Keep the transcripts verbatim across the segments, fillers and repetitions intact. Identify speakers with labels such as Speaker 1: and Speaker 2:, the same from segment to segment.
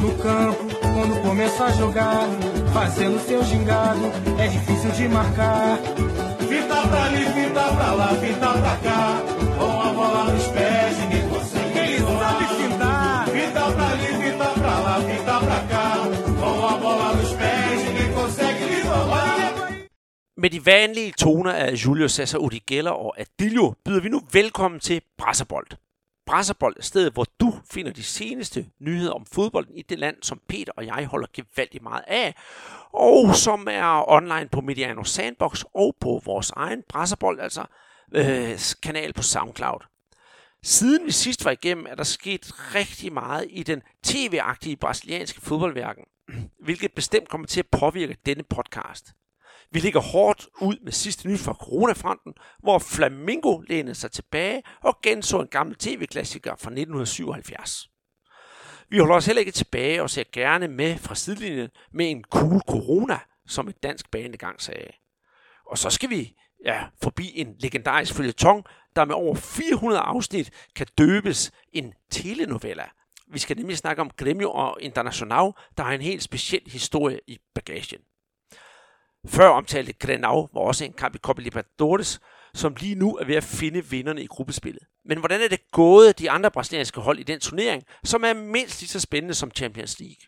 Speaker 1: no campo, quando começa a jogar, fazendo seu gingado, é difícil de marcar. Fita pra ali, fita pra lá, fita pra cá, com a bola nos pés, ninguém consegue. Ele sabe fintar. Fita pra ali, fita pra lá, fita pra cá, com a bola nos pés, ninguém consegue lhe roubar.
Speaker 2: Med de vanlige toner af Julio César Urigeller og Adilio byder vi nu velkommen til Brasserbold. Brasserbold er stedet, hvor du finder de seneste nyheder om fodbolden i det land, som Peter og jeg holder gevaldigt meget af, og som er online på Mediano Sandbox og på vores egen Brasserbold, altså øh, kanal på SoundCloud. Siden vi sidst var igennem, er der sket rigtig meget i den tv-agtige brasilianske fodboldverden, hvilket bestemt kommer til at påvirke denne podcast. Vi ligger hårdt ud med sidste nyt fra coronafronten, hvor Flamengo lænede sig tilbage og genså en gammel tv-klassiker fra nitten syvoghalvfjerds. Vi holder os heller ikke tilbage og ser gerne med fra sidelinjen med en cool corona, som et dansk band engang sagde. Og så skal vi ja, forbi en legendarisk føljeton, der med over fire hundrede afsnit kan døbes en telenovela. Vi skal nemlig snakke om Grêmio og Internacional, der har en helt speciel historie i bagagen. Før omtalte Grenau var også en kamp i Copa Libertadores, som lige nu er ved at finde vinderne i gruppespillet. Men hvordan er det gået de andre brasilianske hold i den turnering, som er mindst lige så spændende som Champions League?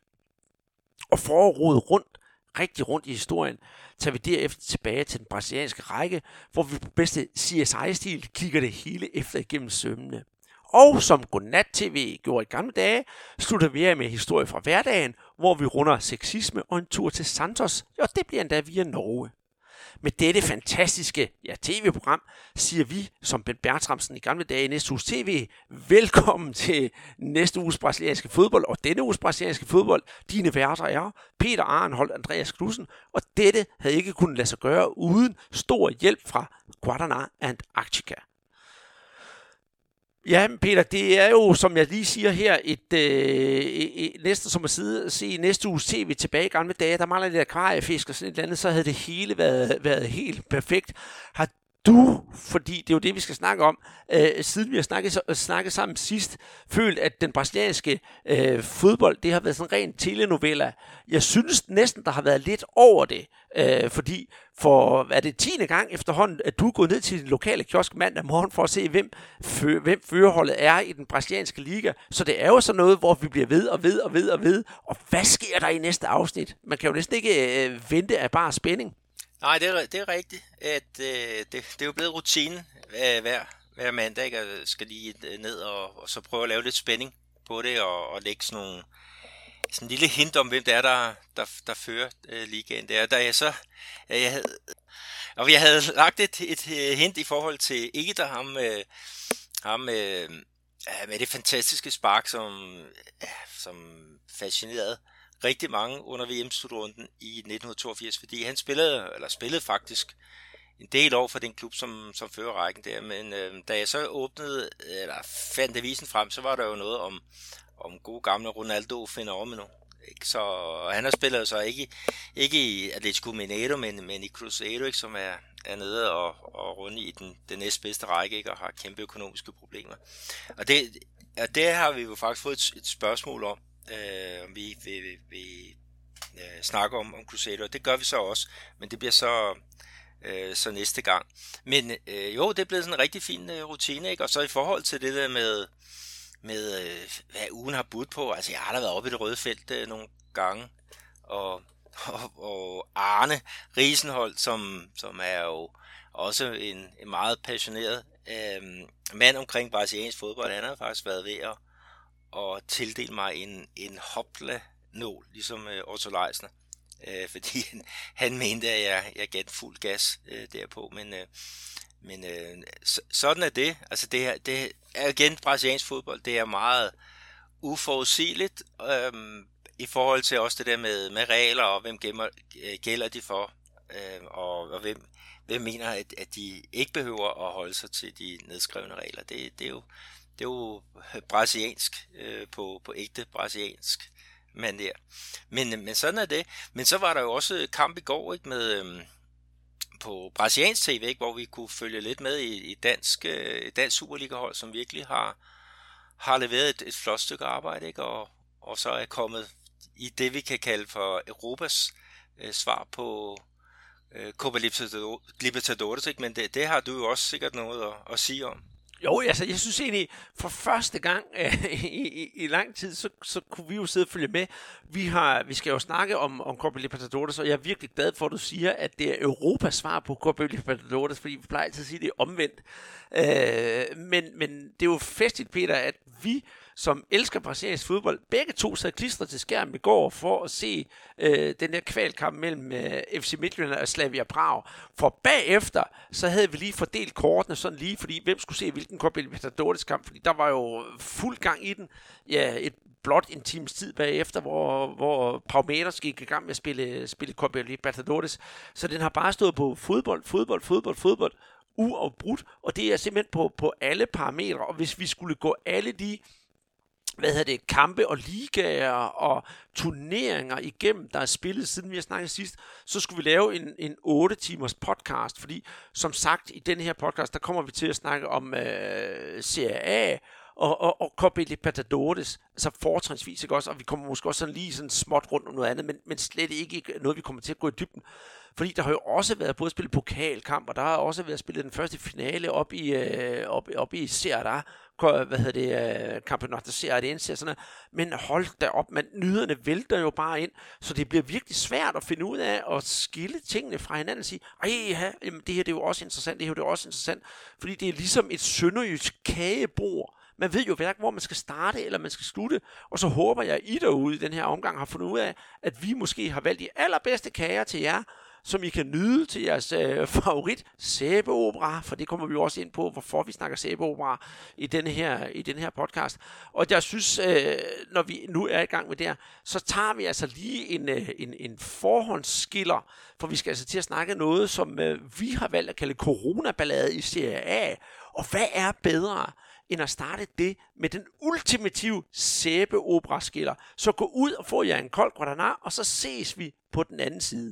Speaker 2: Og for at rode rundt, rigtig rundt i historien, tager vi derefter tilbage til den brasilianske række, hvor vi på bedste C S I-stil kigger det hele efter igennem sømmene. Og som Godnat-tv gjorde i gamle dage, slutter vi af med historie fra hverdagen, hvor vi runder sexisme og en tur til Santos, og det bliver endda via Norge. Med dette fantastiske ja, tv-program siger vi, som Ben Bertramsen i gamle dage i næste uges tv, velkommen til næste uges brasilianske fodbold, og denne uges brasilianske fodbold, dine værter er Peter Arnholdt, Andreas Knudsen, og dette havde ikke kunnet lade sig gøre uden stor hjælp fra Guaraná Antarctica. Ja, Peter, det er jo, som jeg lige siger her, et, øh, et næsten som at sidde og se næste uges tv tilbage i gamle dage. Der mangler lidt akvariefisk og sådan et eller andet, så havde det hele været, været helt perfekt. Har du, fordi det er jo det, vi skal snakke om, øh, siden vi har snakket, snakket sammen sidst, følt, at den brasilianske øh, fodbold, det har været sådan en ren telenovela. Jeg synes næsten, der har været lidt over det, øh, fordi for, er det tiende gang efterhånden, at du er gået ned til din lokale kiosk mandag morgen for at se, hvem, fø, hvem førerholdet er i den brasilianske liga. Så det er jo sådan noget, hvor vi bliver ved og ved og ved og ved. Og hvad sker der i næste afsnit? Man kan jo næsten ikke øh, vente af bare spænding.
Speaker 3: Nej, det er, det er rigtigt, at øh, det, det er jo blevet rutine øh, hver, hver mandag, ikke? Jeg skal lige ned og, og så prøve at lave lidt spænding på det, og, og lægge sådan nogle sådan en lille hint om, hvem det er, der, der, der fører øh, ligaen. Det er, da jeg så, jeg havde, og jeg havde lagt et, et hint i forhold til Eder, ham, øh, ham øh, med det fantastiske spark, som, øh, som fascinerede rigtig mange under V M-slutrunden i nitten toogfirs, fordi han spillede, eller spillede faktisk en del år for den klub, som, som fører rækken der, men øh, da jeg så åbnede, eller fandt avisen frem, så var der jo noget om, om gode gamle Ronaldo Fenômeno, ikke? Så han har spillet så ikke, ikke i Atlético Mineiro, men, men i Cruzeiro, ikke? Som er, er nede og, og runde i den, den næstbedste række, ikke? Og har kæmpe økonomiske problemer. Og det, og det har vi jo faktisk fået et, et spørgsmål om, Øh, om vi vil, vil, vil øh, snakke om, om Cruzeiro. Det gør vi så også, men det bliver så, øh, så næste gang. Men øh, jo, det er blevet sådan en rigtig fin øh, rutine, ikke? Og så i forhold til det der med, med øh, hvad ugen har budt på, altså jeg har da været oppe i det røde felt øh, nogle gange, og, og, og Arne Risenholt, som, som er jo også en, en meget passioneret øh, mand omkring brasiliansk fodbold, han har faktisk været ved at og tildele mig en, en hopla-nål, ligesom øh, Otto Leisner, øh, fordi han, han mente, at jeg, jeg gav den fuld gas øh, derpå, men, øh, men øh, så, sådan er det. Altså det, her, det er igen brasiliansk fodbold, det er meget uforudsigeligt øh, i forhold til også det der med, med regler, og hvem gemmer, øh, gælder de for, øh, og, og hvem, hvem mener, at, at de ikke behøver at holde sig til de nedskrevne regler. Det, det er jo Det er jo brasiliansk, øh, på, på ægte brasiliansk manér. Men, men sådan er det. Men så var der jo også kamp i går, ikke, med, øh, på brasiliansk tv, ikke, hvor vi kunne følge lidt med i, i dansk, øh, dansk Superliga-hold, som virkelig har, har leveret et, et flot stykke arbejde, ikke, og, og så er kommet i det, vi kan kalde for Europas øh, svar på øh, Copa Libertadores, ikke? Men det, det har du jo også sikkert noget at, at sige om.
Speaker 2: Jo, altså jeg synes egentlig, for første gang øh, i, i, i lang tid, så, så kunne vi jo sidde og følge med. Vi, har, vi skal jo snakke om, om Copa Libertadores, og jeg er virkelig glad for, at du siger, at det er Europas svar på Copa Libertadores, fordi vi plejer altid at sige, at det er omvendt. Øh, men, men det er jo festligt, Peter, at vi, som elsker brasiliansk fodbold, begge to sad klistret til skærmen i går for at se øh, den der kvalkamp mellem øh, F C Midtjylland og Slavia Prag. For bagefter, så havde vi lige fordelt kortene sådan lige, fordi hvem skulle se hvilken Copa Libertadores kamp, fordi der var jo fuld gang i den. Ja, et blot en times tid bagefter, hvor, hvor Palmeiras gik i gang med at spille, spille Copa Libertadores. Så den har bare stået på fodbold, fodbold, fodbold, fodbold, uafbrudt, og det er simpelthen på, på alle parametre. Og hvis vi skulle gå alle de hvad hedder det, kampe og ligaer og turneringer igennem, der er spillet siden vi har snakket sidst, så skulle vi lave en, en otte timers podcast, fordi som sagt i denne her podcast, der kommer vi til at snakke om øh, Serie A og, og, og Copa Libertadores, altså fortrinsvis, ikke også, og vi kommer måske også sådan lige sådan småt rundt om noget andet, men, men slet ikke noget, vi kommer til at gå i dybden. Fordi der har jo også været både spillet pokalkamp, og der har også været spillet den første finale op i, øh, op, op i Serie A, hvad hedder det, uh, Campeonato Cearense og sådan noget. Men hold da op, man, nyderne vælter jo bare ind, så det bliver virkelig svært at finde ud af at skille tingene fra hinanden og sige, ej, ja, det her det er jo også interessant, det her det er jo også interessant, fordi det er ligesom et sønderjysk kagebord. Man ved jo hverken, hvor man skal starte eller man skal slutte, og så håber jeg, at I derude i den her omgang har fundet ud af, at vi måske har valgt de allerbedste kager til jer, som I kan nyde til jeres øh, favorit sæbeopera, for det kommer vi jo også ind på, hvorfor vi snakker sæbeopera i denne her, i den her podcast. Og jeg synes, øh, når vi nu er i gang med det her, så tager vi altså lige en, øh, en, en forhåndsskiller, for vi skal altså til at snakke noget, som øh, vi har valgt at kalde coronaballade i Serie A. Og hvad er bedre end at starte det med den ultimative sæbeopera-skiller? Så gå ud og få jer en kold guaraná, og så ses vi på den anden side.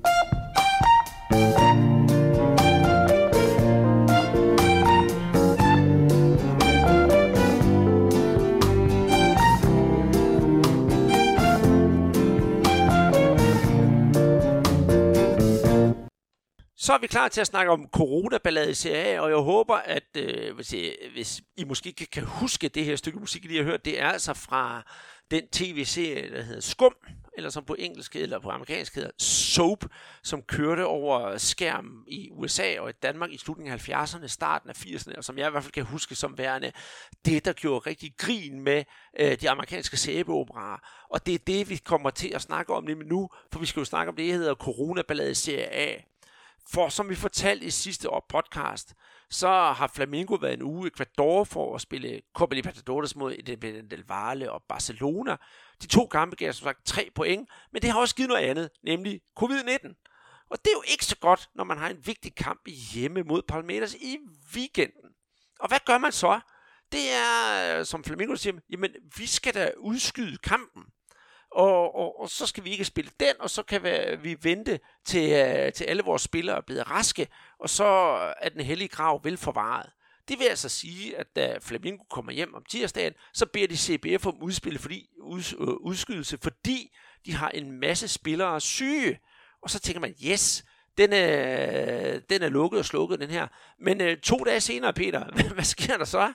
Speaker 2: Så er vi klar til at snakke om coronaballade i Serie A, og jeg håber, at øh, hvis, I, hvis I måske ikke kan huske det her stykke musik, I lige har hørt, det er altså fra den tv-serie, der hedder Skum, eller som på engelsk eller på amerikansk hedder Soap, som kørte over skærmen i U S A og i Danmark i slutningen af halvfjerdserne, starten af firserne, og som jeg i hvert fald kan huske som værende det, der gjorde rigtig grin med øh, de amerikanske sæbeoperaer. Og det er det, vi kommer til at snakke om nemlig nu, for vi skal jo snakke om det, der hedder coronaballade Serie A. For som vi fortalte i sidste år podcast, så har Flamengo været en uge i Ecuador for at spille Copa Libertadores mod Independiente del Valle og Barcelona. De to kampe gav som sagt tre point, men det har også givet noget andet, nemlig covid nitten. Og det er jo ikke så godt, når man har en vigtig kamp hjemme mod Palmeiras i weekenden. Og hvad gør man så? Det er, som Flamengo siger, jamen vi skal da udskyde kampen. Og, og, og så skal vi ikke spille den, og så kan vi, vi vente til, uh, til alle vores spillere er blevet raske, og så er den hellige grav vel forvaret. Det vil altså sige, at da Flamengo kommer hjem om tirsdagen, så beder de C B F om udspil, fordi, ud, uh, udskydelse, fordi de har en masse spillere syge. Og så tænker man, yes, den er, den er lukket og slukket, den her. Men uh, to dage senere, Peter, hvad sker der så?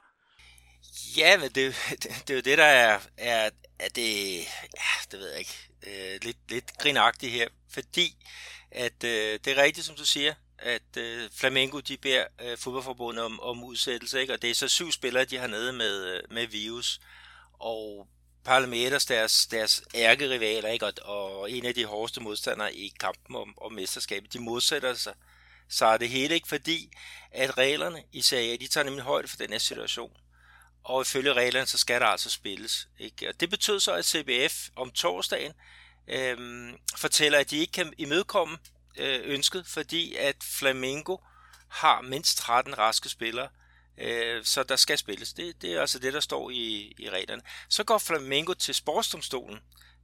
Speaker 3: Ja, men det, det, det er jo det, der er, er, er det, ja, det ved jeg ikke, øh, lidt, lidt grinagtigt her, fordi at øh, det er rigtigt, som du siger, at øh, Flamengo, de beder øh, fodboldforbundet om, om udsættelse, ikke? Og det er så syv spillere, de har nede med, med virus, og Palmeiras, deres, deres ærkerivaler, ikke? Og, og en af de hårdeste modstandere i kampen om, om mesterskabet, de modsætter sig, så er det hele ikke, fordi at reglerne i Serie A, de tager nemlig højde for den her situation. Og ifølge reglerne, så skal der altså spilles. Ikke? Og det betød så, at C B F om torsdagen øh, fortæller, at de ikke kan imødekomme øh, ønsket, fordi at Flamengo har mindst tretten raske spillere, øh, så der skal spilles. Det, det er altså det, der står i, i reglerne. Så går Flamengo til sportsdomstolen.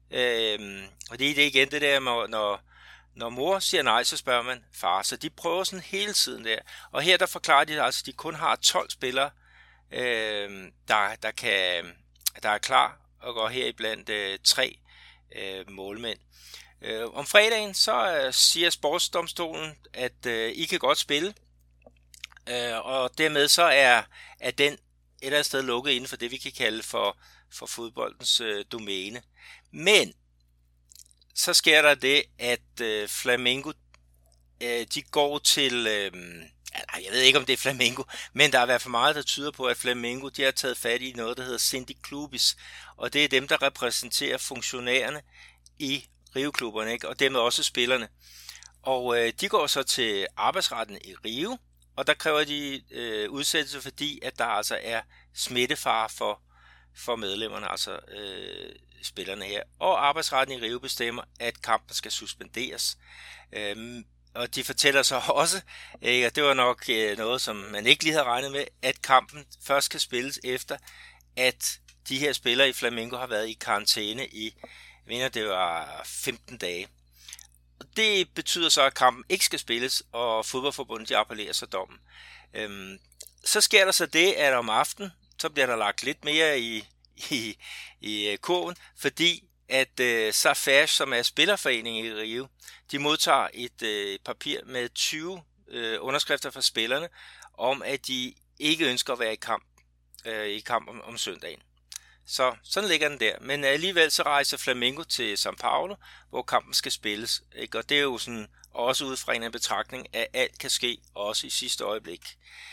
Speaker 3: Øh, og det er det igen det der, når, når mor siger nej, så spørger man far. Så de prøver sådan hele tiden der. Og her der forklarer de altså, at de kun har tolv spillere, Øh, der, der, kan, der er klar og går her iblandt øh, tre øh, målmænd. Øh, om fredagen så øh, siger sportsdomstolen, at øh, I kan godt spille, øh, og dermed så er, er den et eller andet sted lukket inden for det, vi kan kalde for, for fodboldens øh, domæne. Men så sker der det, at øh, Flamengo, øh, de går til, øh, jeg ved ikke om det er Flamengo, men der er i hvert fald meget, der tyder på, at Flamengo, de har taget fat i noget, der hedder Sindiclubis, og det er dem, der repræsenterer funktionærerne i Rio-klubberne, ikke? Og dermed også spillerne. Og øh, de går så til arbejdsretten i Rio, og der kræver de øh, udsættelse, fordi at der altså er smittefare for, for medlemmerne, altså øh, spillerne her. Og arbejdsretten i Rio bestemmer, at kampen skal suspenderes. Øhm, og de fortæller så også, øh, og det var nok øh, noget, som man ikke lige havde regnet med, at kampen først skal spilles efter, at de her spillere i Flamengo har været i karantæne i, jeg mener, det var femten dage. Det betyder så, at kampen ikke skal spilles, og fodboldforbundet de appellerer så dommen. Øhm, så sker der så det, at om aftenen, så bliver der lagt lidt mere i, i, i kurven, fordi at øh, Safash, som er spillerforening i Rio, de modtager et øh, papir med tyve øh, underskrifter fra spillerne, om at de ikke ønsker at være i kamp, øh, i kamp om, om søndagen. Så sådan ligger den der. Men alligevel så rejser Flamengo til São Paulo, hvor kampen skal spilles. Ikke? Og det er jo sådan også ud fra en betragtning, at alt kan ske, også i sidste øjeblik.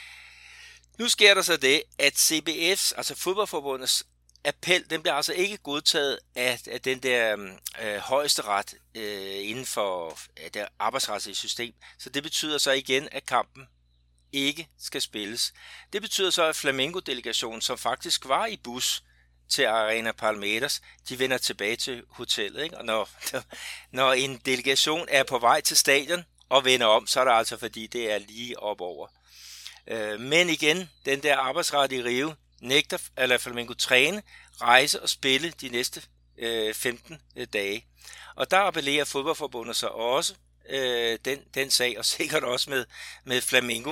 Speaker 3: Nu sker der så det, at C B F's, altså fodboldforbundets appel, den bliver altså ikke godtaget af, af den der øh, højeste ret øh, inden for øh, det arbejdsretlige system. Så det betyder så igen, at kampen ikke skal spilles. Det betyder så, at Flamengo-delegationen, som faktisk var i bus til Arena Palmeiras, de vender tilbage til hotellet. Ikke? Og når, når en delegation er på vej til stadion og vender om, så er det altså fordi, det er lige op over. Øh, men igen, den der arbejdsret i Rio nægter eller Flamengo træne, rejse og spille de næste øh, femten dage. Og der appellerer fodboldforbundet sig også øh, den, den sag, og sikkert også med, med Flamengo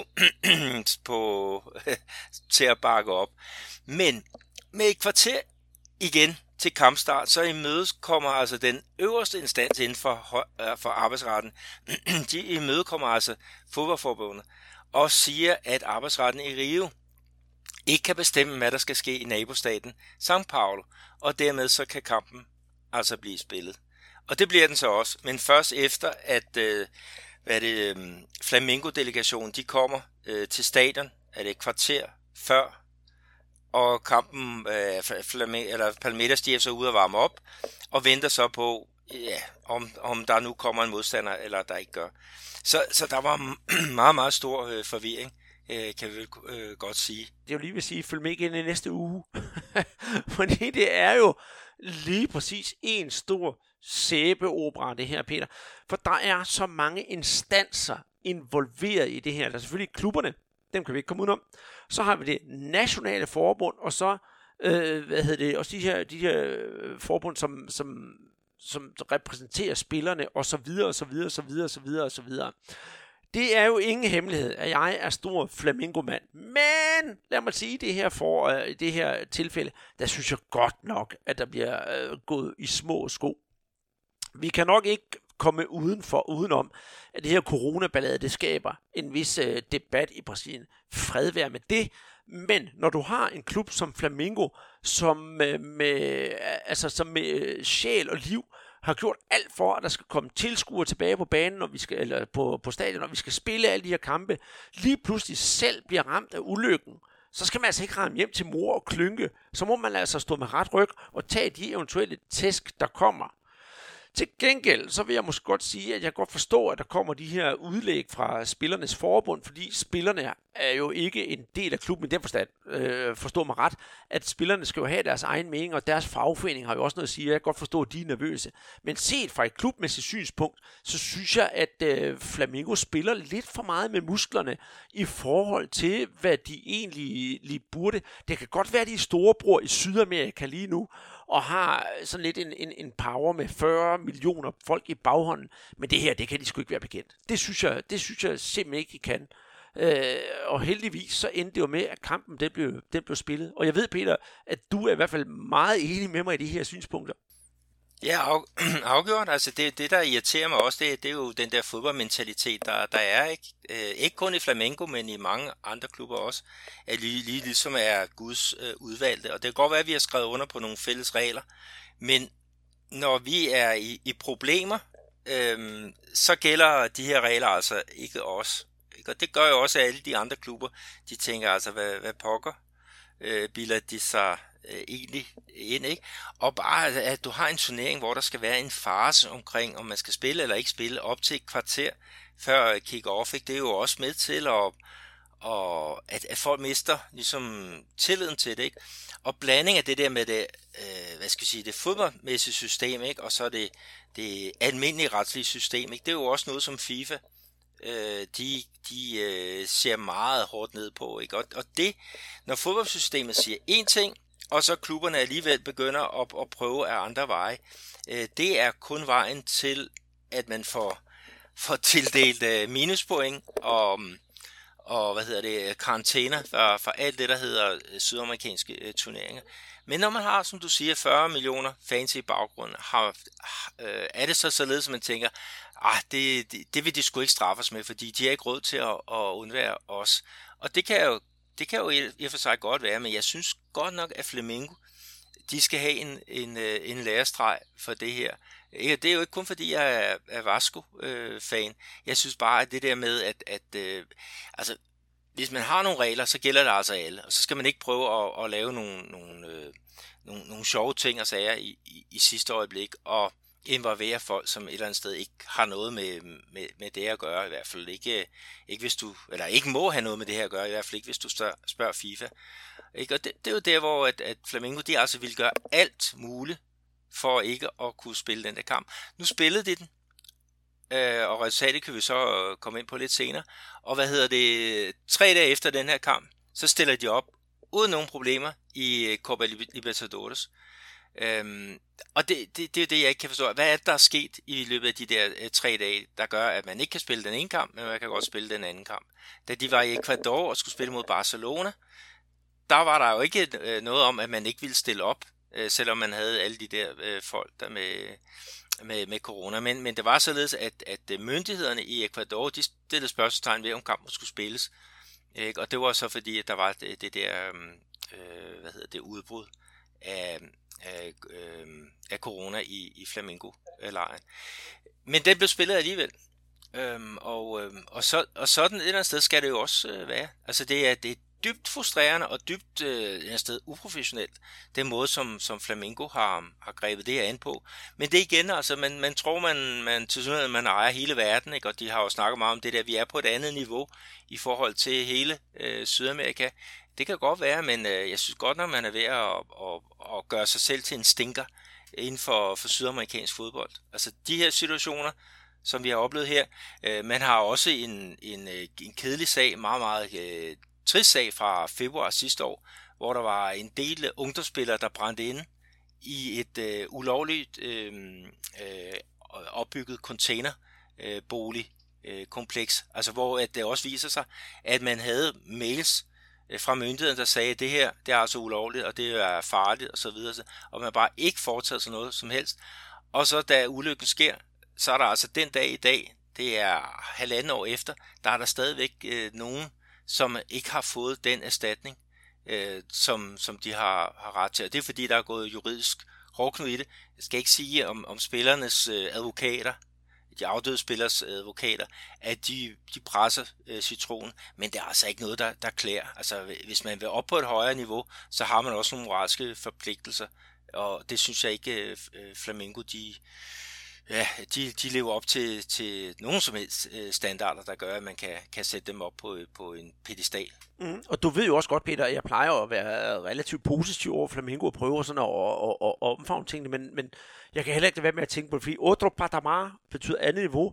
Speaker 3: på, til at bakke op. Men med et kvarter igen til kampstart, så imødekommer altså den øverste instans inden for, for arbejdsretten, de imødekommer altså fodboldforbundet og siger, at arbejdsretten i Rio ikke kan bestemme, hvad der skal ske i nabostaten São Paulo, og dermed så kan kampen altså blive spillet. Og det bliver den så også, men først efter, at øh, hvad det, øh, Flamengo-delegationen de kommer øh, til stadion, er det et kvarter før, og kampen, øh, Flamengo, eller Palmeiras, de er så ude at varme op, og venter så på, ja, om, om der nu kommer en modstander, eller der ikke gør. Så, så der var meget, meget stor øh, forvirring, øh, kan vi vel øh, godt sige.
Speaker 2: Det er jo lige ved at sige, følg med igen i næste uge. Fordi det er jo lige præcis en stor sæbeopera, det her, Peter. For der er så mange instanser involveret i det her. Der er selvfølgelig klubberne, dem kan vi ikke komme udenom. Så har vi det nationale forbund, og så øh, hvad hedder det, også de her, de her forbund, som, som, som repræsenterer spillerne, og så videre, og så videre, og så videre, og så videre, og så videre. Det er jo ingen hemmelighed, at jeg er stor Flamengo-mand. Men lad mig sige, det her for øh, det her tilfælde, der synes jeg godt nok, at der bliver øh, gået i små sko. Vi kan nok ikke komme udenfor, udenom, at det her coronaballade, det skaber en vis øh, debat i Brasilien. Fred være med det. Men når du har en klub som Flamengo, som øh, med, altså, som med øh, sjæl og liv har gjort alt for, at der skal komme tilskuere tilbage på banen, når vi skal, eller på, på stadion, når vi skal spille alle de her kampe, lige pludselig selv bliver ramt af ulykken, så skal man altså ikke ramme hjem til mor og klynke. Så må man altså stå med ret ryg og tage de eventuelle tæsk, der kommer. Til gengæld, så vil jeg måske godt sige, at jeg godt forstår, at der kommer de her udlæg fra spillernes forbund, fordi spillerne er jo ikke en del af klubben i den forstand. Øh, forstår mig ret, at spillerne skal jo have deres egen mening, og deres fagforening har jo også noget at sige. Jeg kan godt forstå, at de er nervøse. Men set fra et klubmæssigt synspunkt, så synes jeg, at øh, Flamengo spiller lidt for meget med musklerne i forhold til, hvad de egentlig lige burde. Det kan godt være, at de er storebror i Sydamerika lige nu, og har sådan lidt en, en, en power med fyrre millioner folk i baghånden. Men det her, det kan de sgu ikke være bekendt. Det synes jeg, det synes jeg simpelthen ikke, de kan. Øh, og heldigvis så endte det jo med, at kampen den blev, den blev spillet. Og jeg ved, Peter, at du er i hvert fald meget enig med mig i de her synspunkter.
Speaker 3: Ja, af, afgjort. Altså det, det, der irriterer mig også, det, det er jo den der fodboldmentalitet, der, der er. Ikke? Øh, ikke kun i Flamengo, men i mange andre klubber også, at lige, lige ligesom er Guds øh, udvalgte. Og det kan godt være, at vi har skrevet under på nogle fælles regler, men når vi er i, i problemer, øh, så gælder de her regler altså ikke os. Ikke? Og det gør jo også, at alle de andre klubber, de tænker altså, hvad, hvad pokker øh, bilder de sig øh, egentlig ind, ikke? Og bare, at du har en turnering, hvor der skal være en farce omkring, om man skal spille eller ikke spille, op til et kvarter før kick-off, ikke? Det er jo også med til, at, og at, at folk mister ligesom tilliden til det, ikke? Og blanding af det der med det, øh, hvad skal jeg sige, det fodboldmæssige system, ikke? Og så det, det almindelige retslige system, ikke? Det er jo også noget, som FIFA øh, de, de øh, ser meget hårdt ned på, ikke? Og, og det, når fodboldsystemet siger én ting, og så klubberne alligevel begynder at, at prøve af andre veje, øh, det er kun vejen til, at man får, får tildelt øh, minuspoint og, og hvad hedder det, karantæner for, for alt det, der hedder sydamerikanske øh, turneringer. Men når man har, som du siger, fyrre millioner fans i baggrunden, har, øh, er det så således, at man tænker, ah, det, det, det vil de sgu ikke straffe os med, fordi de har ikke råd til at, at undvære os. Og det kan jo Det kan jo i og for sig godt være, men jeg synes godt nok, at Flamengo, de skal have en, en, en lærestreg for det her. Det er jo ikke kun fordi, jeg er, er Vasco-fan. Jeg synes bare, at det der med, at, at øh, altså, hvis man har nogle regler, så gælder det altså alle. Og så skal man ikke prøve at, at lave nogle, nogle, øh, nogle, nogle sjove ting og sager i, i, i sidste øjeblik, og involvere folk, som et eller andet sted ikke har noget med, med, med det at gøre, i hvert fald ikke, ikke hvis du, eller ikke må have noget med det her at gøre, i hvert fald ikke hvis du spørger, spørger FIFA. Ikke? Og det, det er jo der, hvor at, at Flamengo, de altså vil gøre alt muligt, for ikke at kunne spille den der kamp. Nu spillede de den, øh, og resultatet kan vi så komme ind på lidt senere, og hvad hedder det, tre dage efter den her kamp, så stiller de op, uden nogen problemer, i Copa Libertadores. Øhm, og det, det, det er det, jeg ikke kan forstå. Hvad er det, der er sket i løbet af de der øh, tre dage, der gør, at man ikke kan spille den ene kamp, men man kan godt spille den anden kamp? Da de var i Ecuador og skulle spille mod Barcelona, der var der jo ikke øh, noget om, at man ikke ville stille op, øh, selvom man havde alle de der øh, folk der med, med, med corona. Men, men det var således, at, at myndighederne i Ecuador, de stillede spørgsmålstegn ved, om kampen skulle spilles. Ikke? Og det var så fordi, at der var det, det der øh, hvad hedder det, udbrud af Af, øh, af corona i, i Flamengo-lejren. Men den blev spillet alligevel. Øhm, og, øh, og, så, og sådan et eller andet sted skal det jo også øh, være. Altså det er, det er dybt frustrerende og dybt øh, et eller andet sted uprofessionelt, den måde, som, som Flamengo har, har grebet det her an på. Men det igen, altså man, man tror, man, man til sådan, man ejer hele verden, ikke? Og de har jo snakket meget om det der, vi er på et andet niveau i forhold til hele øh, Sydamerika. Det kan godt være, men øh, jeg synes godt, når man er ved at, at, at gøre sig selv til en stinker inden for, for sydamerikansk fodbold. Altså de her situationer, som vi har oplevet her, øh, man har også en, en, en kedelig sag, meget, meget øh, trist sag fra februar sidste år, hvor der var en del ungdomsspillere, der brændte inde i et øh, ulovligt øh, øh, opbygget containerboligkompleks. Øh, altså hvor at det også viser sig, at man havde mails fra myndigheden, der sagde, at det her, det er altså ulovligt, og det er farligt, og så videre, og man bare ikke foretaget sig noget som helst. Og så da ulykken sker, så er der altså den dag i dag, det er halvanden år efter, der er der stadigvæk øh, nogen, som ikke har fået den erstatning, øh, som, som de har, har ret til. Og det er fordi, der er gået juridisk hårdknud i det. Jeg skal ikke sige om, om spillernes øh, advokater, de afdøde spillers advokater, at de, de presser øh, citronen, men det er altså ikke noget, der, der klæder. Altså, hvis man vil op på et højere niveau, så har man også nogle moralske forpligtelser, og det synes jeg ikke, øh, Flamengo, de, ja, de, de lever op til, til nogen som helst øh, standarder, der gør, at man kan, kan sætte dem op på, på en pedestal.
Speaker 2: Mm, og du ved jo også godt, Peter, at jeg plejer at være relativt positiv over Flamengo og prøve sådan at, at, at, at omfavne tingene, men, men jeg kan heller ikke lade være med at tænke på det, fordi otro patamar betyder andet niveau,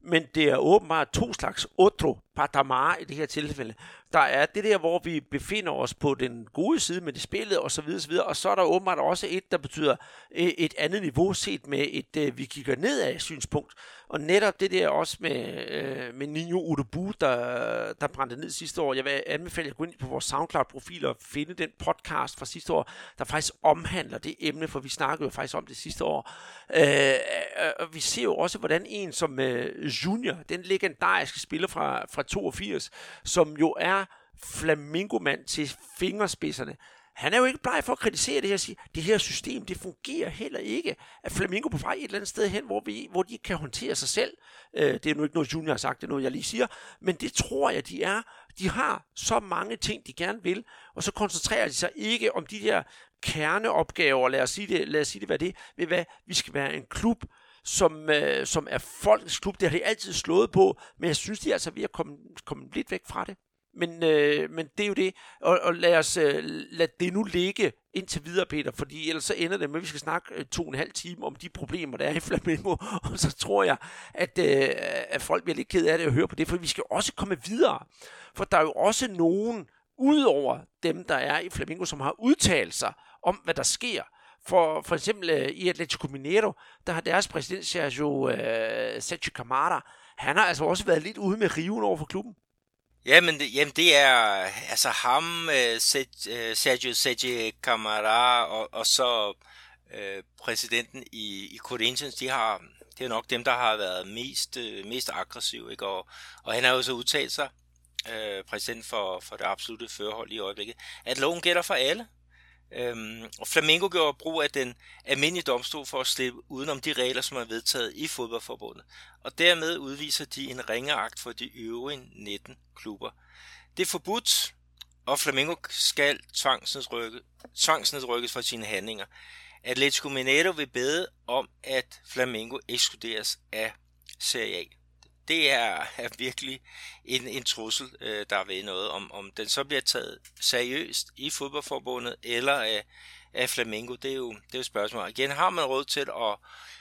Speaker 2: men det er åbenbart to slags otro patamar i det her tilfælde. Der er det der, hvor vi befinder os på den gode side med det spillet og så videre, så videre, og så er der åbenbart også et, der betyder et andet niveau set med et, vi kigger nedad synspunkt. Og netop det der også med, øh, med Ninho Urubu, der, der brændte ned sidste år. Jeg vil anbefale at gå ind på vores SoundCloud-profil og finde den podcast fra sidste år, der faktisk omhandler det emne, for vi snakkede jo faktisk om det sidste år. Øh, og vi ser jo også, hvordan en som øh, Junior, den legendariske spiller fra, fra toogfirs, som jo er flamingomand til fingerspidserne, han er jo ikke bleg for at kritisere det her og sige, det her system, det fungerer heller ikke. At Flamengo på vej et eller andet sted hen, hvor, vi, hvor de ikke kan håndtere sig selv. Øh, det er nu ikke noget, Junior har sagt, det er noget, jeg lige siger. Men det tror jeg, de er. De har så mange ting, de gerne vil, og så koncentrerer de sig ikke om de der kerneopgaver. Lad os sige det, lad os sige det hvad det ved hvad, vi skal være en klub, som, øh, som er folkets klub. Det har de altid slået på, men jeg synes, de er altså ved at komme, komme lidt væk fra det. Men, øh, men det er jo det, og, og lad os øh, lad det nu ligge indtil videre, Peter, fordi ellers så ender det med, at vi skal snakke øh, to og en halv time om de problemer, der er i Flamengo, og så tror jeg, at, øh, at folk bliver lidt ked af det at høre på det, for vi skal også komme videre, for der er jo også nogen, udover dem, der er i Flamengo, som har udtalt sig om, hvad der sker. For, for eksempel øh, i Atlético Mineiro, der har deres præsident Sergio, øh, Sergio Camara, han har altså også været lidt ude med riven over for klubben.
Speaker 3: Jamen det, jamen det er altså ham, øh, Sergio Sergio Camara og, og så øh, præsidenten i, i Corinthians, de har, det er nok dem, der har været mest, øh, mest aggressive, ikke? Og, og han har jo så udtalt sig, øh, præsident for, for det absolutte førerhold i øjeblikket, at loven gælder for alle. Øhm, og Flamengo gjorde brug af den almindelige domstol for at slippe udenom de regler, som er vedtaget i fodboldforbundet, og dermed udviser de en ringeagt for de øvrige nitten klubber. Det er forbudt, og Flamengo skal tvangsnedrykke, tvangsnedrykkes for sine handlinger. Atlético Mineiro vil bede om, at Flamengo ekskluderes af Serie A. Det er, er virkelig en, en trussel, øh, der ved noget, om, om den så bliver taget seriøst i fodboldforbundet eller af, af Flamengo. Det er jo det er jo spørgsmålet. Igen, har man råd til at,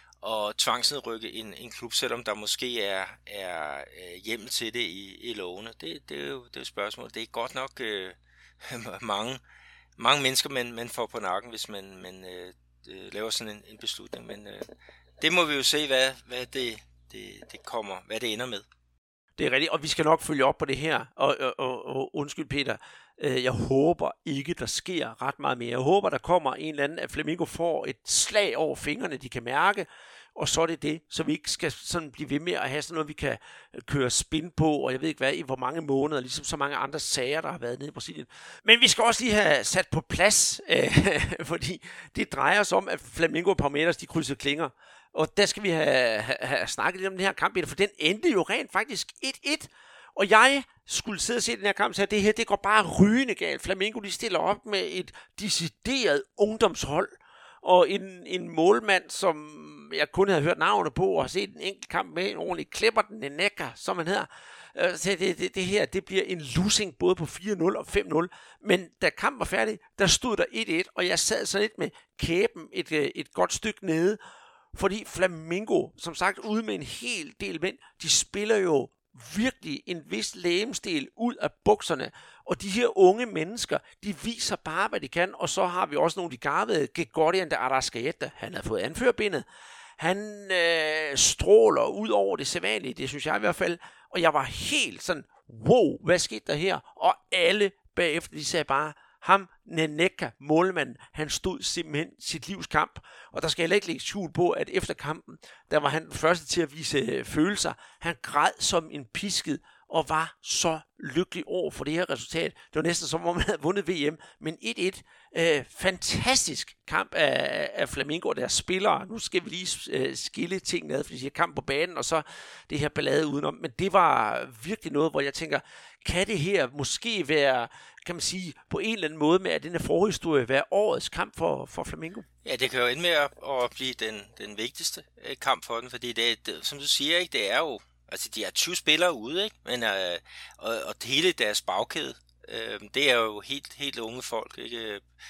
Speaker 3: at tvangsnedrykke en, en klub, selvom der måske er, er hjemmel til det i, i lovene? Det, det, er jo, det er jo spørgsmålet. Det er godt nok øh, mange, mange mennesker, man, man får på nakken, hvis man, man øh, laver sådan en, en beslutning. Men øh, det må vi jo se, hvad, hvad det Det, det kommer, hvad det ender med.
Speaker 2: Det er rigtigt, og vi skal nok følge op på det her, og, og, og, og undskyld Peter, jeg håber ikke, der sker ret meget mere. Jeg håber, der kommer en eller anden, at Flamengo får et slag over fingrene, de kan mærke, og så er det det, så vi ikke skal sådan blive ved med at have sådan noget, vi kan køre spin på, og jeg ved ikke hvad, i hvor mange måneder, ligesom så mange andre sager, der har været nede i Brasilien. Men vi skal også lige have sat på plads, øh, fordi det drejer sig om, at Flamengo og Palmeiras, de krydser klinger. Og der skal vi have, have, have snakket lidt om den her kamp, for den endte jo rent faktisk et et. Og jeg skulle sidde og se den her kamp, så det her, det går bare rygende galt. Flamengo, de stiller op med et decideret ungdomshold, og en, en målmand, som jeg kun havde hørt navnet på, og har set en enkelt kamp med, en ordentlig klipper den, Neneka, som han hedder. Så det, det, det her, det bliver en losing både på fire nul og fem nul. Men da kampen var færdig, der stod der et et, og jeg sad så lidt med kæben et, et godt stykke nede, fordi Flamengo, som sagt, ude med en hel del mænd, de spiller jo virkelig en vis legemsdel ud af bukserne. Og de her unge mennesker, de viser bare, hvad de kan. Og så har vi også nogle af de garvede, Gregorian de Arrascaeta, han har fået anførbindet. Han øh, stråler ud over det sædvanlige, det synes jeg i hvert fald. Og jeg var helt sådan, wow, hvad skete der her? Og alle bagefter, de sagde bare, ham, Neneka, målmanden, han stod simpelthen sit livs kamp. Og der skal jeg ikke lægge skjul på, at efter kampen, der var han den første til at vise følelser. Han græd som en pisket og var så lykkelig over for det her resultat. Det var næsten som om han havde vundet V M. Men et et, øh, fantastisk kamp af, af Flamengo og deres spillere. Nu skal vi lige øh, skille tingene ad, fordi de har kamp på banen, og så det her ballade udenom. Men det var virkelig noget, hvor jeg tænker, kan det her måske være, kan man sige, på en eller anden måde med, at den her forhistorie være årets kamp for, for Flamengo?
Speaker 3: Ja, det kan jo ende med at, at blive den, den vigtigste kamp for den, fordi det, det, som du siger, ikke, det er jo, altså de er tyve spillere ude, ikke? Men, øh, og, og hele deres bagkæde, øh, det er jo helt, helt unge folk, ikke?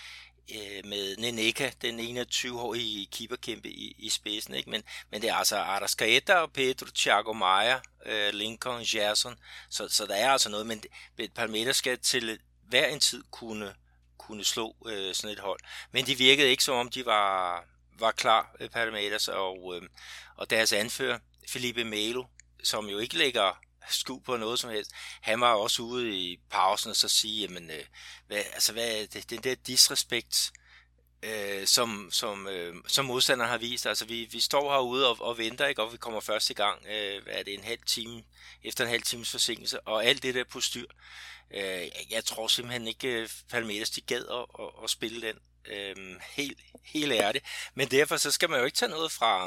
Speaker 3: øh, med Neneka, den enogtyve-årige keeperkæmpe i, i spidsen, ikke? Men, men det er altså Arrascaeta og Pedro, Thiago Maia, øh, Lincoln, Gerson, så, så der er altså noget, men Palmeiras skal til hver en tid kunne, kunne slå øh, sådan et hold. Men de virkede ikke, som om de var, var klar, øh, Palmeiras, og, øh, og deres anfører, Felipe Melo, som jo ikke lægger skub på noget som helst. Han var også ude i pausen og så sige, jamen, øh, hvad, altså, hvad er det, den der disrespekt, øh, som, som, øh, som modstanderen har vist. Altså, vi, vi står herude og, og venter, ikke? Og vi kommer først i gang, øh, hvad er det, en halv time, efter en halv times forsinkelse, og alt det der på styr. Øh, jeg tror simpelthen ikke, Palmeiras, de gad at, at, at spille den øh, helt, helt ærligt. Men derfor så skal man jo ikke tage noget fra...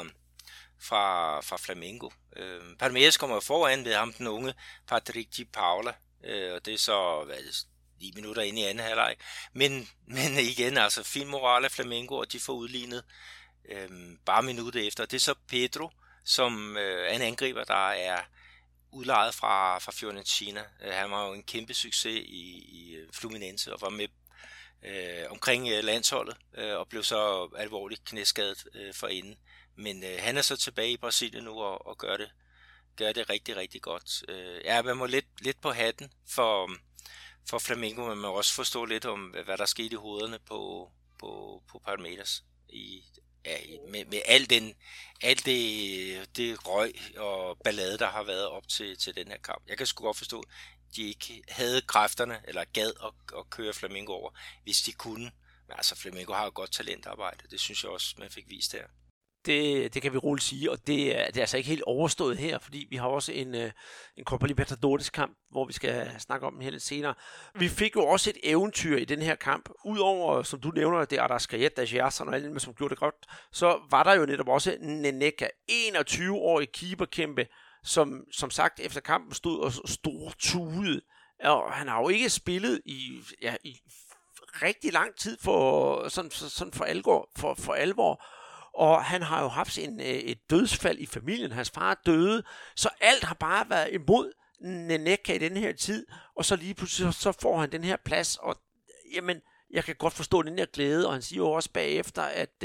Speaker 3: fra, fra Flamengo. Øh, Palmeiras kommer foran ved ham, den unge Patrick de Paula, øh, og det er så hvad, ni minutter inde i anden halvleg. Men, men igen, altså fin moral af Flamengo, og de får udlignet øh, bare minuttet efter. Det er så Pedro, som øh, er en angriber, der er udlejet fra, fra Fiorentina. Øh, han var jo en kæmpe succes i, i Fluminense, og var med øh, omkring øh, landsholdet, øh, og blev så alvorligt knæskadet øh, for inden. Men øh, han er så tilbage i Brasilien nu og, og gør, det, gør det rigtig, rigtig godt. Øh, ja, man må lidt, lidt på hatten for, for Flamengo, men man må også forstå lidt om, hvad der skete i hovederne på, på, på Palmeiras. I, ja, med, med al, den, al det, det røg og ballade, der har været op til, til den her kamp. Jeg kan sgu godt forstå, at de ikke havde kræfterne, eller gad at, at køre Flamengo over, hvis de kunne. Men altså, Flamengo har jo godt talentarbejde. Det synes jeg også, man fik vist her.
Speaker 2: Det, det kan vi roligt sige, og det er, det er altså ikke helt overstået her, fordi vi har også en, en Copa Libertadores kamp, hvor vi skal snakke om den her lidt senere. Vi fik jo også et eventyr i den her kamp. Udover, som du nævner, det er Arrascaeta, Gerson og alle dem, som gjorde det godt, så var der jo netop også Neneka, enogtyve-årig keeperkæmpe, som som sagt efter kampen stod og stortudede. Og han har jo ikke spillet i, ja, i rigtig lang tid for, sådan, sådan for, alvor, for, for alvor. Og han har jo haft en, et dødsfald i familien. Hans far døde. Så alt har bare været imod Neneka i den her tid. Og så lige pludselig så får han den her plads. Og jamen, jeg kan godt forstå den her glæde. Og han siger jo også bagefter, at,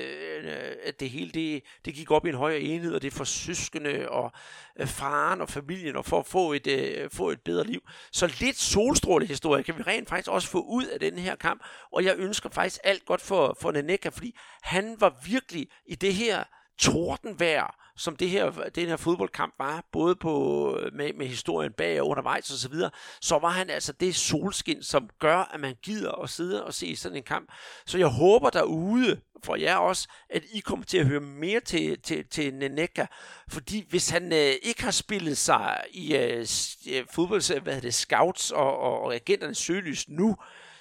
Speaker 2: øh, at det hele det, det gik op i en højere enhed. Og det er for søskende og øh, faren og familien. Og for at få et, øh, få et bedre liv. Så lidt solstrålehistorie kan vi rent faktisk også få ud af den her kamp. Og jeg ønsker faktisk alt godt for, for Neneka. Fordi han var virkelig i det her tordenvejr, som det her, den her fodboldkamp var, både på, med, med historien bag og undervejs og så videre, så var han altså det solskin, som gør, at man gider at sidde og se sådan en kamp. Så jeg håber derude, for jer også, at I kommer til at høre mere til, til, til Neneka, fordi hvis han øh, ikke har spillet sig i øh, fodbold, hvad hedder det, scouts og, og, og agenternes søgelys nu,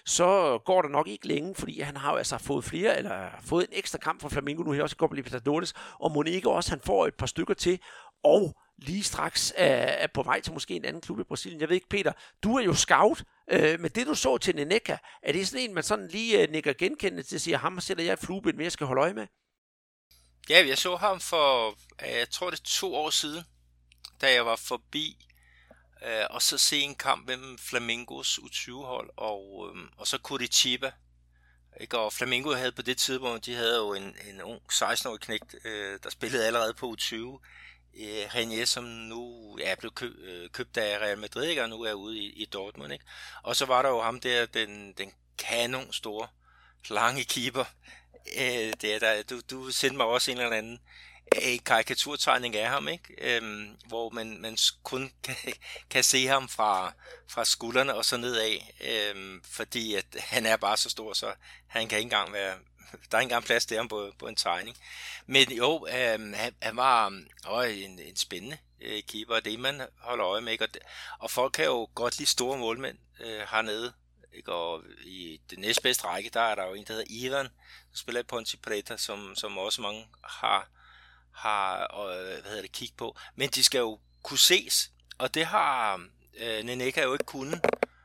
Speaker 2: så går der nok ikke længe, fordi han har jo altså fået flere, eller fået en ekstra kamp fra Flamengo nu her også i Copa Libertadores, og må ikke også, han får et par stykker til, og lige straks er, er på vej til måske en anden klub i Brasilien. Jeg ved ikke, Peter, du er jo scout, øh, men det du så til Neneka, er det sådan en, man sådan lige øh, nikker genkendende til at sige, ham sætter jeg et flueben med, jeg skal holde øje med?
Speaker 3: Ja, jeg så ham for, jeg tror det er to år siden, da jeg var forbi, Uh, og så se en kamp mellem Flamengos U tyve-hold og, um, og så Curitiba. Ikke? Og Flamengo havde på det tidspunkt, de havde jo en, en ung seksten-årig knægt, uh, der spillede allerede på U tyve. Uh, René, som nu ja, blev køb, uh, købt af Real Madrid, ikke? Og nu er ude i, i Dortmund. Ikke? Og så var der jo ham der, den, den kanon store, lange keeper. Uh, det er der, du, du sendte mig også en eller anden en karikaturtegning af ham, ikke? Øhm, hvor man, man kun kan, kan se ham fra, fra skuldrene og så nedad, øhm, fordi at han er bare så stor, så han kan ikke engang være, der er ikke engang plads til ham på, på en tegning. Men jo, øhm, han, han var øh, en, en spændende øh, keeper, det man holder øje med, ikke? Og, og folk kan jo godt lide store målmænd øh, hernede, ikke? Og i den næstbedste række, der er der jo en, der hedder Ivan, der spiller i Ponte Preta, som, som også mange har har og, hvad hedder det, kig på, men de skal jo kunne ses, og det har øh, Neneka jo ikke kunnet.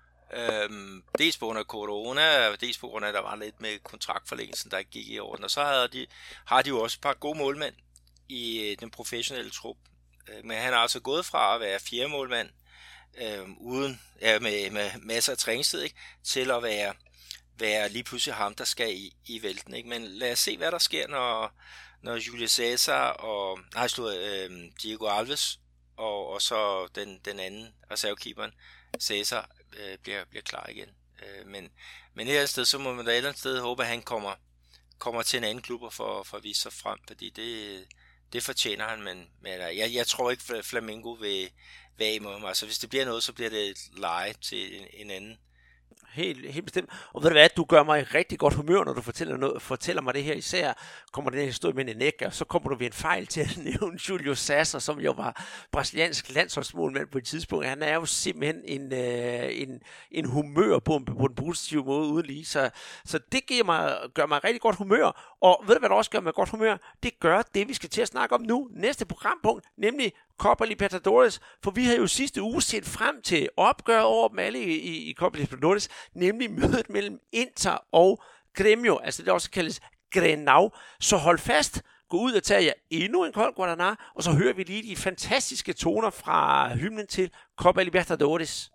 Speaker 3: Øhm, dels på grund af corona, dels på grund af, at der var lidt med kontraktforlængelsen, der ikke gik i orden, og så har de, har de jo også et par gode målmænd i øh, den professionelle trup. Øh, men han har altså gået fra at være fjerde målmand, øh, uden, ja, med, med masser af træningstid, ikke, til at være være lige pludselig ham, der skal i, i vælten. Ikke? Men lad os se, hvad der sker, når, når Julio Cesar og nej, slår, øh, Diego Alves og, og så den, den anden reservekeeperen, Cesar, øh, bliver, bliver klar igen. Øh, men, men et eller andet sted, så må man da et eller andet sted håbe, at han kommer, kommer til en anden klub for, for at vise sig frem, fordi det, det fortjener han, men, men jeg, jeg tror ikke, at Flamengo vil, vil af med ham. Altså, hvis det bliver noget, så bliver det et leje til en, en anden.
Speaker 2: Helt, helt bestemt. Og ved du hvad, du gør mig i rigtig godt humør, når du fortæller, noget, fortæller mig det her. Især kommer den her historie med Neneka, og så kommer du ved en fejl til at nævne Julio Cesar, som jo var brasiliansk landsholdsmålmand på et tidspunkt. Han er jo simpelthen en, øh, en, en humørbombe på en positiv måde uden lige. Så, så det giver mig, gør mig rigtig godt humør. Og ved du hvad der også gør mig godt humør? Det gør det, vi skal til at snakke om nu. Næste programpunkt, nemlig Copa Libertadores, for vi havde jo sidste uge set frem til opgøret over dem alle i, i, i Copa Libertadores, nemlig mødet mellem Inter og Grêmio, altså det også kaldes Grenau. Så hold fast, gå ud og tag jer endnu en kold Guaraná, og så hører vi lige de fantastiske toner fra hymnen til Copa Libertadores.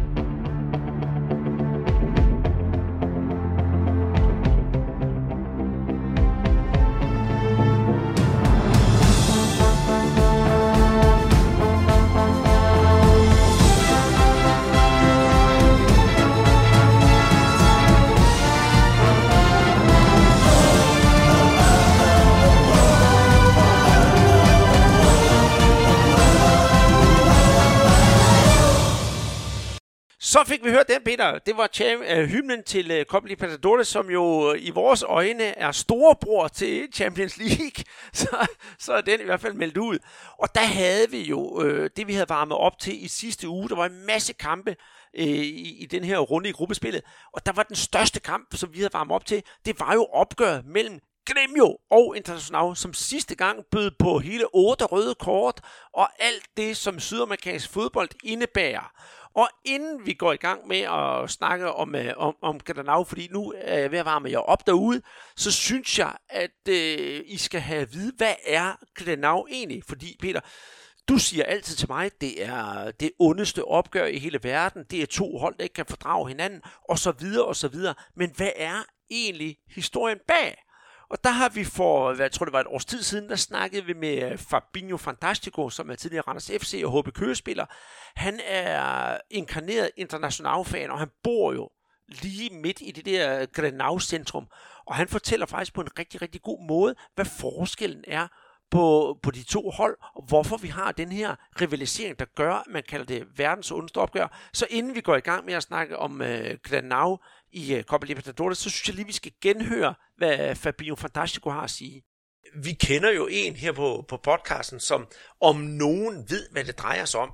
Speaker 2: Så fik vi hørt den, Peter. Det var uh, hymnen til uh, Copa Libertadores, som jo uh, i vores øjne er storebror til Champions League. Så, så er den i hvert fald meldt ud. Og der havde vi jo uh, det, vi havde varmet op til i sidste uge. Der var en masse kampe uh, i, i den her runde i gruppespillet. Og der var den største kamp, som vi havde varmet op til. Det var jo opgør mellem Grêmio og Internacional, som sidste gang bød på hele otte røde kort, og alt det, som sydamerikansk fodbold indebærer. Og inden vi går i gang med at snakke om, om, om Grenau, fordi nu er jeg ved at varme jer op derude, så synes jeg, at øh, I skal have at vide, hvad er Grenau egentlig? Fordi Peter, du siger altid til mig, at det er det ondeste opgør i hele verden, det er to hold, der ikke kan fordrage hinanden, og så videre og så videre. Men hvad er egentlig historien bag? Og der har vi for, hvad jeg tror det var et års tid siden, der snakkede vi med Fabinho Fantastico, som er tidligere Randers F C og H B Køge-spiller. Han er inkarneret international-fan, og han bor jo lige midt i det der Grenau-centrum. Og han fortæller faktisk på en rigtig, rigtig god måde, hvad forskellen er på, på de to hold, og hvorfor vi har den her rivalisering, der gør, at man kalder det verdens ondeste opgør. Så inden vi går i gang med at snakke om øh, Grenau i øh, Copa Libertadores, så synes jeg lige, vi skal genhøre, hvad Fabinho Fantastico har at sige. Vi kender jo en her på, på podcasten, som om nogen ved, hvad det drejer sig om.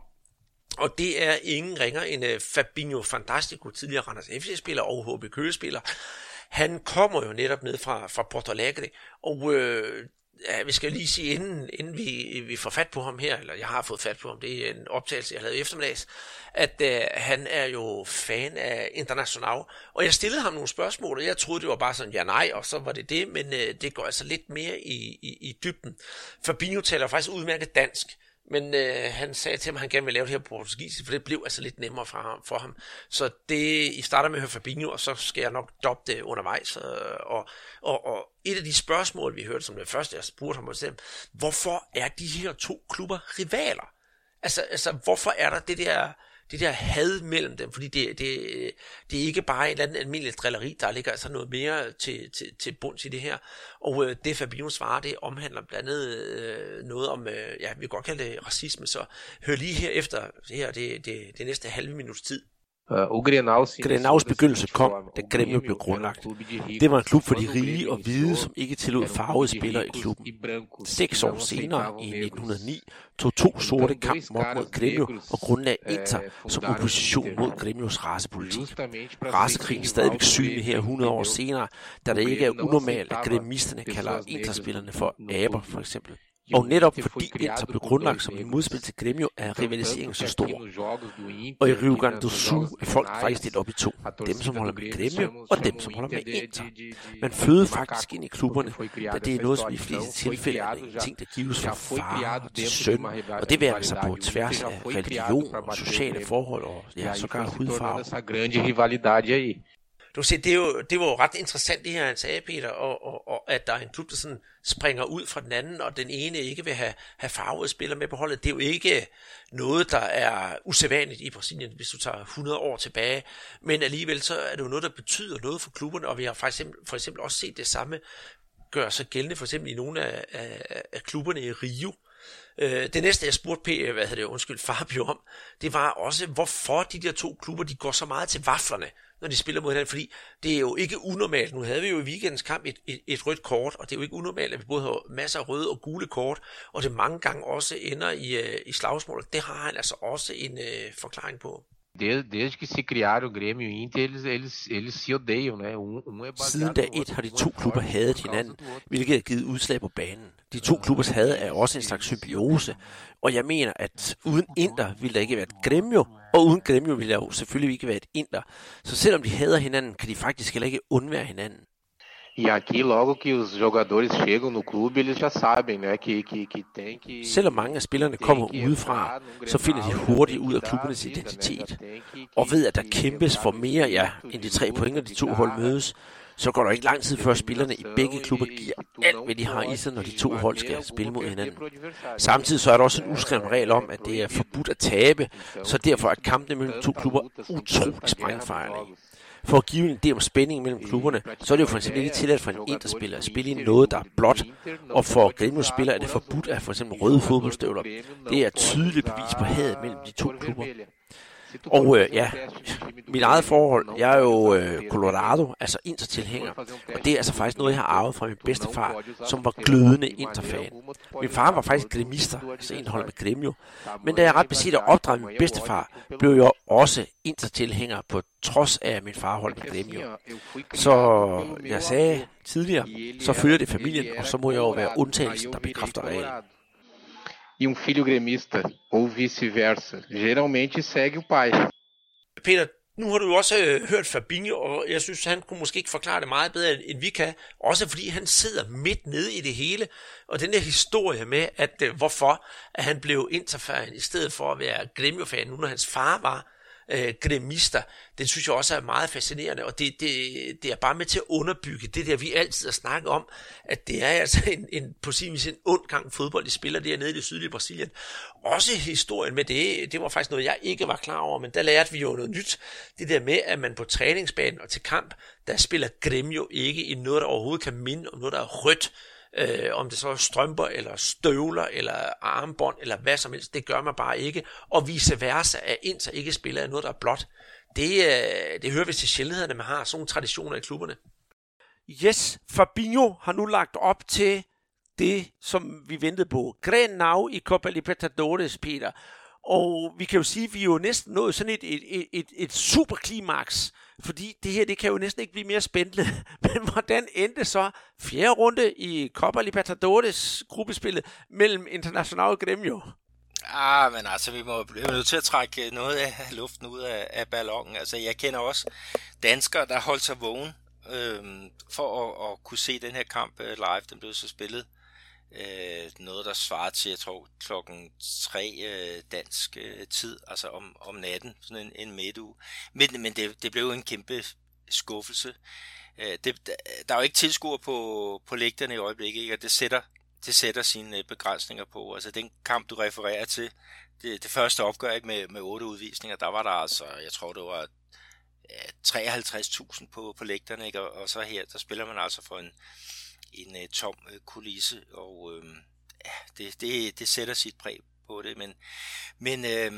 Speaker 2: Og det er ingen ringer end uh, Fabinho Fantastico, tidligere Randers F C-spiller og H B Køge-spiller. Han kommer jo netop ned fra, fra Porto Alegre, og øh, ja, vi skal lige sige, inden, inden vi, vi får fat på ham her, eller jeg har fået fat på ham, det er en optagelse, jeg lavede i eftermiddags, at øh, han er jo fan af Internacional, og jeg stillede ham nogle spørgsmål, og jeg troede, det var bare sådan ja nej, og så var det det, men øh, det går altså lidt mere i, i, i dybden. Fabinho taler faktisk udmærket dansk, men øh, han sagde til mig, at han gerne ville lave det her på portugisisk, for det blev altså lidt nemmere for ham. For ham. Så det, I starter med at høre Fabinho, og så skal jeg nok doppe det undervejs. Og, og, og et af de spørgsmål, vi hørte som det første, jeg spurgte ham, var, hvorfor er de her to klubber rivaler? Altså, altså hvorfor er der det der, det der had mellem dem? Fordi det, det, det er ikke bare en eller anden almindelig drilleri, der ligger altså noget mere til, til, til bunds i det her. Og øh, det Fabinho svarer, det omhandler blandt andet øh, noget om, øh, ja, vi kan godt kalde det racisme, så hør lige her efter, det her, det, det, det næste halve minuts tid. Grenaus begyndelse kom, da Grêmio blev grundlagt. Det var en klub for de rige og hvide, som ikke tillod farvede spillere i klubben. Seks år senere, i nitten hundrede og ni, tog to sorte kamp op mod Grêmio og grundlagde Inter som opposition mod Grêmios racepolitik. Racekrigen er stadigvæk synlig her hundrede år senere, da det ikke er unormalt, at gremisterne kalder Interspillerne for aber, for eksempel. Og netop fordi Inter blev grundlagt som en modspil til Grêmio, er rivaliseringen så stor. Og i Rio Grande do Sul er folk faktisk delt op i to. Dem, som holder med Grêmio, og dem, som holder med Inter. Man føder faktisk ind i klubberne, da det er noget, som i fleste tilfælde er en ting, der gives fra far til søn. Og det værer sig på tværs af religion og sociale forhold og ja, sågar hudfarve. du kan se, det, er jo, det var jo ret interessant det her, han sagde, Peter, og, og, og at der er en klub, der sådan springer ud fra den anden, og den ene ikke vil have, have farvede spillere med på holdet. Det er jo ikke noget, der er usædvanligt i Brasilien, hvis du tager hundrede år tilbage, men alligevel så er det jo noget, der betyder noget for klubberne, og vi har for eksempel, for eksempel også set det samme gøre sig gældende, for eksempel i nogle af, af, af klubberne i Rio. Øh, det næste, jeg spurgte P, hvad hedder det, undskyld, Fabio om, det var også, hvorfor de der to klubber, de går så meget til vaflerne, når de spiller mod hinanden, fordi det er jo ikke unormalt. Nu havde vi jo i weekendens kamp et, et, et rødt kort, og det er jo ikke unormalt, at vi både har masser af røde og gule kort, og det mange gange også ender i, i slagsmål. Det har han altså også en øh, forklaring på.
Speaker 4: Desde que se criaram o Grêmio e Inter, eles, eles, eles se odeiam, né? Um, um er
Speaker 2: Siden dag et har de to klubber hadet hinanden, hvilket har givet udslag på banen. De to klubbers had er også en slags symbiose, og jeg mener, at uden Inter ville der ikke være et Grêmio, og uden Grêmio ville der jo selvfølgelig ikke være et Inter. Så selvom de hader hinanden, kan de faktisk heller ikke undvære hinanden.
Speaker 4: E aqui, logo que os jogadores chegam no clube, eles já sabem, né, que, que, que tem que...
Speaker 2: Selvom mange af spillerne kommer udefra, så finder de hurtigt ud af klubbernes identitet. Og ved, at der kæmpes for mere, ja, end de tre point, når de to hold mødes, så går der ikke lang tid før spillerne i begge klubber giver alt, hvad de har i sig, når de to hold skal spille mod hinanden. Samtidig så er der også en uskreven regel om, at det er forbudt at tabe, så derfor er kampene mellem to klubber utroligt sprængfarlige. For at give en idé om spænding mellem klubberne, så er det jo for eksempel ikke tilladt for en interspiller at spille i noget, der er blåt, og for Grêmio-spillere er det forbudt at for eksempel røde fodboldstøvler. Det er et tydeligt bevis på hadet mellem de to klubber. Og øh, ja, mit eget forhold, jeg er jo øh, Colorado, altså Inter-tilhænger, og det er altså faktisk noget, jeg har arvet fra min bedstefar, som var glødende Inter-fan. Min far var faktisk gremister, altså en hold med Grêmio, men da jeg ret beset at opdrage min bedstefar, blev jeg også Inter-tilhænger på trods af min far holdt med Grêmio. Så jeg sagde tidligere, så følger det familien, og så må jeg jo være undtagelsen, der bekræfter reglen.
Speaker 4: E um filho gremista, ou vice-versa, geralmente segue o pai.
Speaker 2: Peter, nu har du jo også øh, hørt Fabinho, og jeg synes, han kunne måske ikke forklare det meget bedre, end vi kan. Også fordi han sidder midt nede i det hele. Og den der historie med, at øh, hvorfor at han blev Inter-fan i stedet for at være Grêmio-fan, nu når hans far var øh, gremista, den synes jeg også er meget fascinerende, og det, det, det er bare med til at underbygge det der, vi altid har snakket om, at det er altså en, en på sin vis en ond gang fodbold, de spiller dernede i det sydlige Brasilien. Også historien med det, det var faktisk noget, jeg ikke var klar over, men der lærte vi jo noget nyt. Det der med, at man på træningsbanen og til kamp, der spiller Grêmio ikke i noget, der overhovedet kan minde om noget, der er rødt. Øh, om det så er strømper, eller støvler, eller armbånd, eller hvad som helst, det gør man bare ikke. Og vice versa, at Inter ikke spiller af noget, der er blåt. Det, øh, det hører vi til sjældenhederne, man har sådan nogle traditioner i klubberne. Yes, Fabinho har nu lagt op til det, som vi ventede på. Grenau i Copa Libertadores, Peter. Og vi kan jo sige, at vi er jo næsten nået sådan et, et, et, et superklimaks, fordi det her, det kan jo næsten ikke blive mere spændende. Men hvordan endte så fjerde runde i Copa Libertadores gruppespillet mellem Internacional og Grêmio?
Speaker 3: Ah, men altså, vi må blive nødt til at trække noget af luften ud af, af ballonen. Altså, jeg kender også danskere, der holdt sig vågen øhm, for at, at kunne se den her kamp live. Den blev så spillet øh, noget, der svarer til, jeg tror, klokken tre øh, dansk øh, tid, altså om, om natten, sådan en, en midtuge. Men, men det, det blev en kæmpe skuffelse. Øh, det, der er jo ikke tilskuere på, på lægterne i øjeblikket, ikke? Og det sætter det sætter sine begrænsninger på. Altså den kamp, du refererer til, det, det første opgør ikke med, med otte udvisninger, der var der altså, jeg tror det var ja, treoghalvtreds tusind på, på lægterne, ikke? Og, og så her, der spiller man altså for en, en uh, tom uh, kulisse, og uh, ja, det, det, det sætter sit præg på det, men, men uh,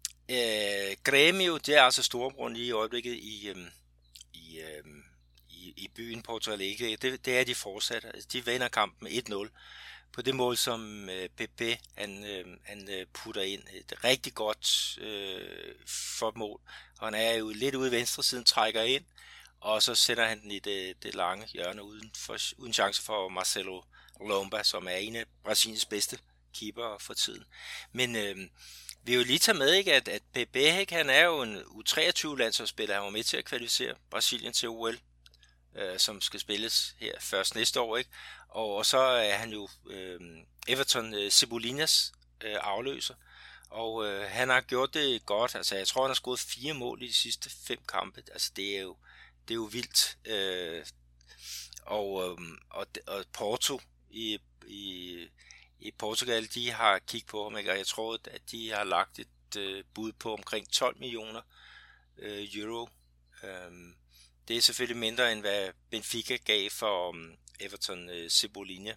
Speaker 3: uh, Grêmio, det er altså storebror lige i øjeblikket i, um, i, um, i, i byen Porto Alegre. Det, det er de fortsat. De vinder kampen med et nul. På det mål, som øh, Pepe han, øh, han øh, putter ind. Et rigtig godt øh, for mål. Og han er jo lidt ude i venstre siden, trækker ind, og så sætter han den i det, det lange hjørne uden, for, uden chance for Marcelo Lomba, som er en af Brasiliens bedste keeper for tiden. Men øh, vi vil jo lige tage med, ikke, at, at Pepe, ikke, han er jo en U treogtyve-landsholdsspiller. Han var med til at kvalificere Brasilien til O L, øh, som skal spilles her først næste år, ikke? Og, og så er han jo øh, Everton øh, Cebolinas øh, afløser, og øh, han har gjort det godt. Altså, jeg tror, han har scoret fire mål i de sidste fem kampe. Altså, det er jo, det er jo vildt. Øh, og, øh, og, og Porto i, i, i Portugal, de har kigget på ham, ikke? Og jeg tror, at de har lagt et øh, bud på omkring tolv millioner øh, euro. Øh, det er selvfølgelig mindre, end hvad Benfica gav for um, Everton øh, Cebolinha.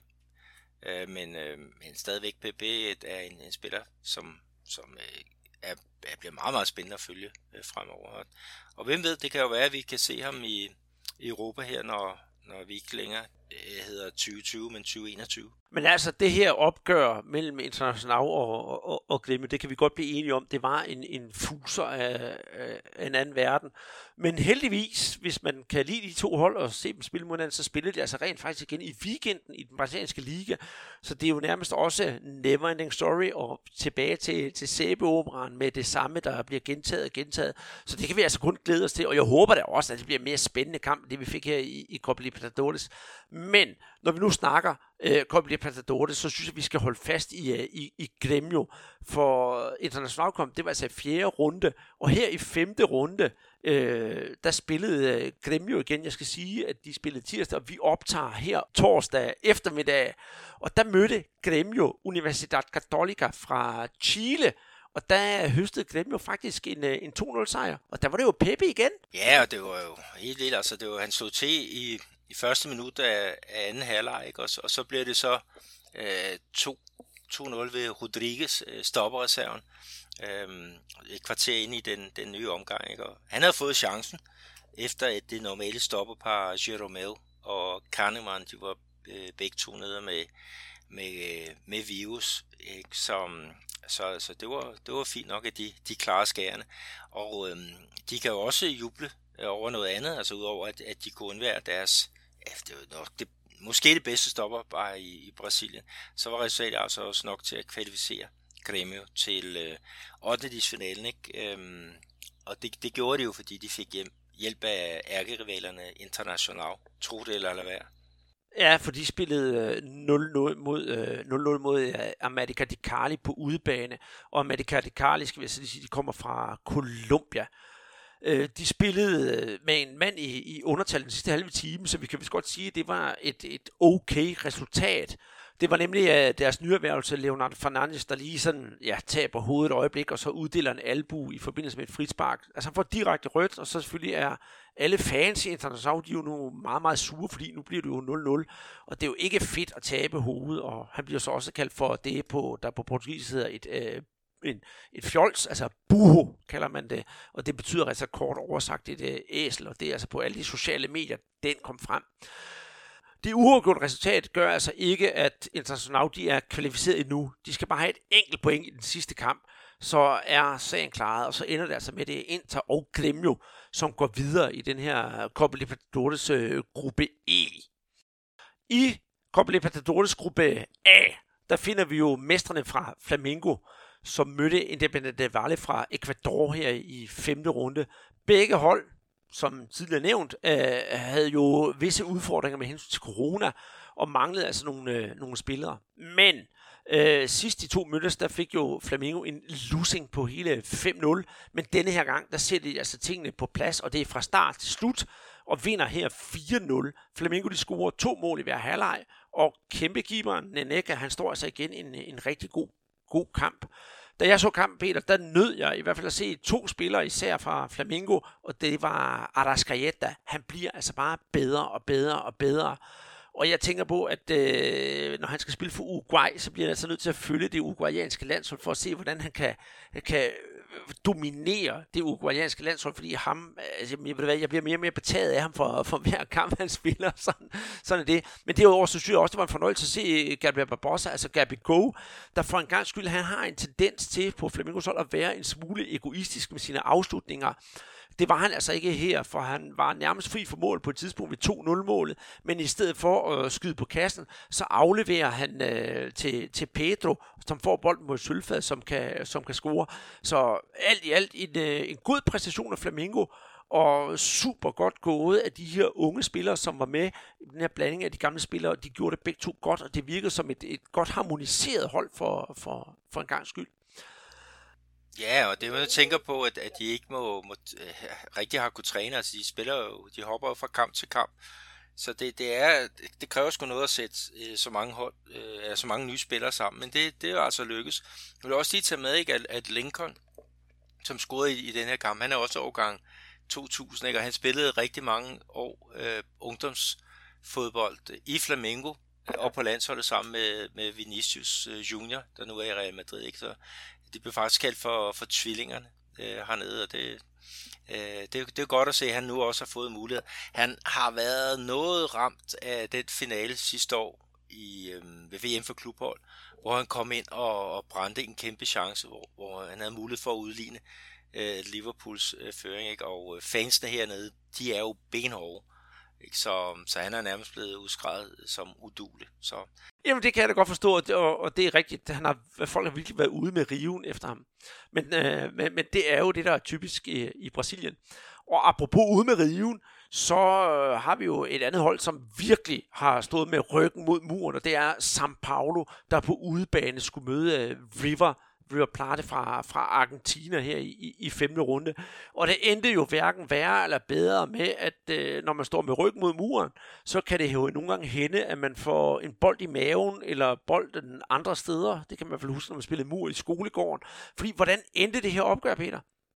Speaker 3: Øh, men, øh, men stadigvæk P P er en, en spiller, som, som øh, er, er, bliver meget, meget spændende at følge øh, fremover. Og, og hvem ved, det kan jo være, at vi kan se ham i, i Europa her, når, når vi ikke længere øh, hedder tyve tyve, men tyve enogtyve.
Speaker 2: Men altså, det her opgør mellem International og, og, og Grêmio, det kan vi godt blive enige om, det var en, en fuser af, af en anden verden. Men heldigvis, hvis man kan lide de to hold og se dem spille mod hinanden, så spillede de altså rent faktisk igen i weekenden i den brasilianske liga. Så det er jo nærmest også never ending story, og tilbage til, til Sæbe-operaen med det samme, der bliver gentaget og gentaget. Så det kan vi altså kun glæde os til, og jeg håber da også, at det bliver mere spændende kamp, det vi fik her i, i Copa Libertadores. Men når vi nu snakker øh, Copa Libertadores, så synes jeg, vi skal holde fast i, uh, i, i Grêmio, for International kom, det var altså i fjerde runde, og her i femte runde, øh, der spillede uh, Grêmio igen. Jeg skal sige, at de spillede tirsdag, og vi optager her torsdag eftermiddag, og der mødte Grêmio Universidad Católica fra Chile, og der høstede Grêmio faktisk en, en to nul sejr, og der var det jo Pepe igen.
Speaker 3: Ja, og det var jo helt vildt, altså det var, han stod til i i første minut af, af anden halvleg, ikke? Og, og så bliver det så øh, to nul ved Rodriguez, øh, stopperreserven, øh, et kvarter ind i den, den nye omgang, ikke? Og han havde fået chancen, efter at det normale stopperpar Jeromel og Kahneman, de var øh, begge to nede med, med, med virus, ikke? Så, så, så det, var, det var fint nok, at de, de klarer skærene, og øh, de kan jo også juble over noget andet, altså udover at, at de kunne undvære deres, ja, det var nok det, måske det bedste stopper bare i, i Brasilien, så var resultatet altså også nok til at kvalificere Grêmio til øh, ottendedelsfinalen, ikke? Øhm, og det, det gjorde de jo, fordi de fik hjem, hjælp af ærkerivalerne International, tro det eller lade være.
Speaker 2: Ja, for de spillede nul nul mod, øh, nul nul mod América de Cali på udebane, og América de Cali, skal vi sige, de kommer fra Colombia. De spillede med en mand i, i undertal den sidste halve time, så vi kan vist godt sige, at det var et, et okay resultat. Det var nemlig uh, deres nyerhvervelse, Leonardo Fernandes, der lige sådan, ja, taber hovedet et øjeblik, og så uddeler en albu i forbindelse med et frispark. Altså han får direkte rødt, og så selvfølgelig er alle fans i International, de er jo nu meget, meget sure, fordi nu bliver det jo nul nul, og det er jo ikke fedt at tabe hovedet, og han bliver så også kaldt for det, på, der på portugisisk hedder et øh, En, et fjols, altså buho kalder man det, og det betyder altså kort oversagt et øh, æsel, og det er altså på alle de sociale medier, den kom frem. Det uafgjorte resultat gør altså ikke, at International de er kvalificeret endnu. De skal bare have et enkelt point i den sidste kamp, så er sagen klaret, og så ender det altså med det Inter og Grêmio, som går videre i den her Copa Libertadores øh, gruppe E. I Copa Libertadores gruppe A, der finder vi jo mestrene fra Flamengo, som mødte Independiente Valle fra Ecuador her i femte runde. Begge hold, som tidligere nævnt, øh, havde jo visse udfordringer med hensyn til corona, og manglede altså nogle, øh, nogle spillere. Men øh, sidst de to mødtes, der fik jo Flamengo en losing på hele fem nul, men denne her gang, der sætter de altså tingene på plads, og det er fra start til slut, og vinder her fire nul. Flamengo, de scorer to mål i hver halvleg, og kæmpekeeperen Neneka, han står altså igen en, en rigtig god god kamp. Da jeg så kampen, Peter, der nød jeg i hvert fald at se to spillere, især fra Flamengo, og det var Arrascaeta. Han bliver altså bare bedre og bedre og bedre. Og jeg tænker på, at øh, når han skal spille for Uruguay, så bliver han altså nødt til at følge det uruguayanske landshold, for at se, hvordan han kan, kan dominere det uruguayanske landshold, fordi ham, altså, jeg, ved hvad, jeg bliver mere og mere betaget af ham for, for hver kamp, han spiller. Sådan, sådan er det. Men derudover så synes jeg også, det var en fornøjelse at se Gabriel Barbosa, altså Gabi Go, der for en gang skyld, han har en tendens til på Flamingos hold at være en smule egoistisk med sine afslutninger. Det var han altså ikke her, for han var nærmest fri for mål på et tidspunkt ved to nul målet, men i stedet for at skyde på kassen, så afleverer han øh, til, til Pedro, som får bolden på et sølvfad, som kan, som kan score. Så alt i alt en, øh, en god præstation af Flamengo, og super godt gået af de her unge spillere, som var med i den her blanding af de gamle spillere, de gjorde det begge to godt, og det virkede som et, et godt harmoniseret hold for, for, for en gang skyld.
Speaker 3: Ja, og det er jo, jeg tænker på, at, at de ikke må, må øh, rigtig har kunnet træne. Altså, de spiller jo, de hopper jo fra kamp til kamp. Så det, det, er, det kræver sgu noget at sætte øh, så mange hold, øh, så mange nye spillere sammen. Men det, det er jo altså lykkes. Jeg vil også lige tage med, ikke, at, at Lincoln, som scorede i, i den her kamp, han er også årgang to tusind, ikke, og han spillede rigtig mange år øh, ungdomsfodbold i Flamengo, og på landsholdet sammen med, med Vinicius Junior, der nu er i Real Madrid. Ikke? Så de blev faktisk kaldt for, for tvillingerne øh, hernede, og det, øh, det, det er godt at se, at han nu også har fået mulighed. Han har været noget ramt af den finale sidste år i, øh, ved V M for klubhold, hvor han kom ind og, og brændte en kæmpe chance, hvor, hvor han havde mulighed for at udligne øh, Liverpools øh, føring. Ikke? Og øh, fansene hernede, de er jo benhårde. Ikke? Så, så han er nærmest blevet udskrevet som uduelig. Så.
Speaker 2: Jamen det kan jeg da godt forstå, og det, og det er rigtigt. Han har, folk har virkelig været ude med riven efter ham. Men, øh, men, men det er jo det, der er typisk i, i Brasilien. Og apropos ude med riven, så øh, har vi jo et andet hold, som virkelig har stået med ryggen mod muren, og det er São Paulo, der på udebane skulle møde øh, River River Plate fra, fra Argentina her i, i, i femte runde. Og det endte jo hverken værre eller bedre med, at øh, når man står med ryggen mod muren, så kan det jo nogle gange hænde, at man får en bold i maven, eller bolden andre steder. Det kan man i hvert fald huske, når man spillede mur i skolegården. Fordi, hvordan endte det her opgør, Peter?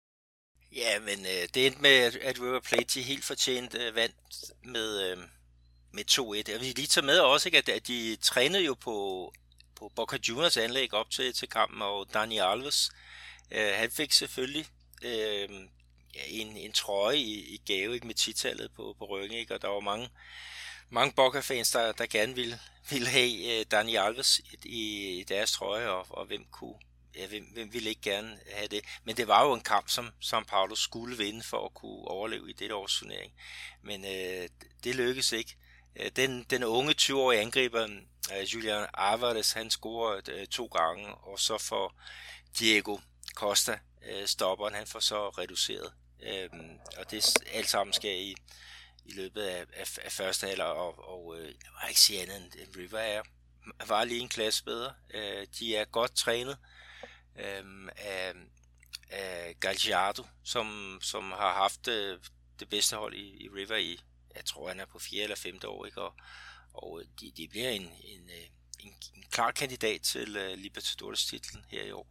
Speaker 3: Ja, men øh, det endte med, at, at River Plate helt fortjent øh, vandt med, øh, med to et. Jeg vil lige tage med også, ikke, at, at de trænede jo på på Boca Juniors anlæg op til, til kampen, og Dani Alves, øh, han fik selvfølgelig øh, en, en trøje i, i gave, ikke, med titallet på, på ryggen, ikke, og der var mange, mange Boca-fans, der, der gerne ville, ville have øh, Dani Alves i, i deres trøje, og, og hvem kunne, ja, hvem, hvem ville ikke gerne have det, men det var jo en kamp, som São Paulo skulle vinde for at kunne overleve i dette års turnering, men øh, det lykkedes ikke. Den, den unge tyve-årige angriber, uh, Julian Alvarez, han scorer uh, to gange, og så får Diego Costa uh, stopperen, han får så reduceret. Uh, og det alt sammen sker i, i løbet af, af, af første halvleg, og, og uh, jeg må ikke sige andet end River er, var lige en klasse bedre. Uh, de er godt trænet uh, af, af Gallardo, som, som har haft uh, det bedste hold i, i River i, jeg tror, han er på fjerde eller femte år, ikke? Og, og de, de bliver en, en, en, en klar kandidat til uh, Libertadores-titlen her i år.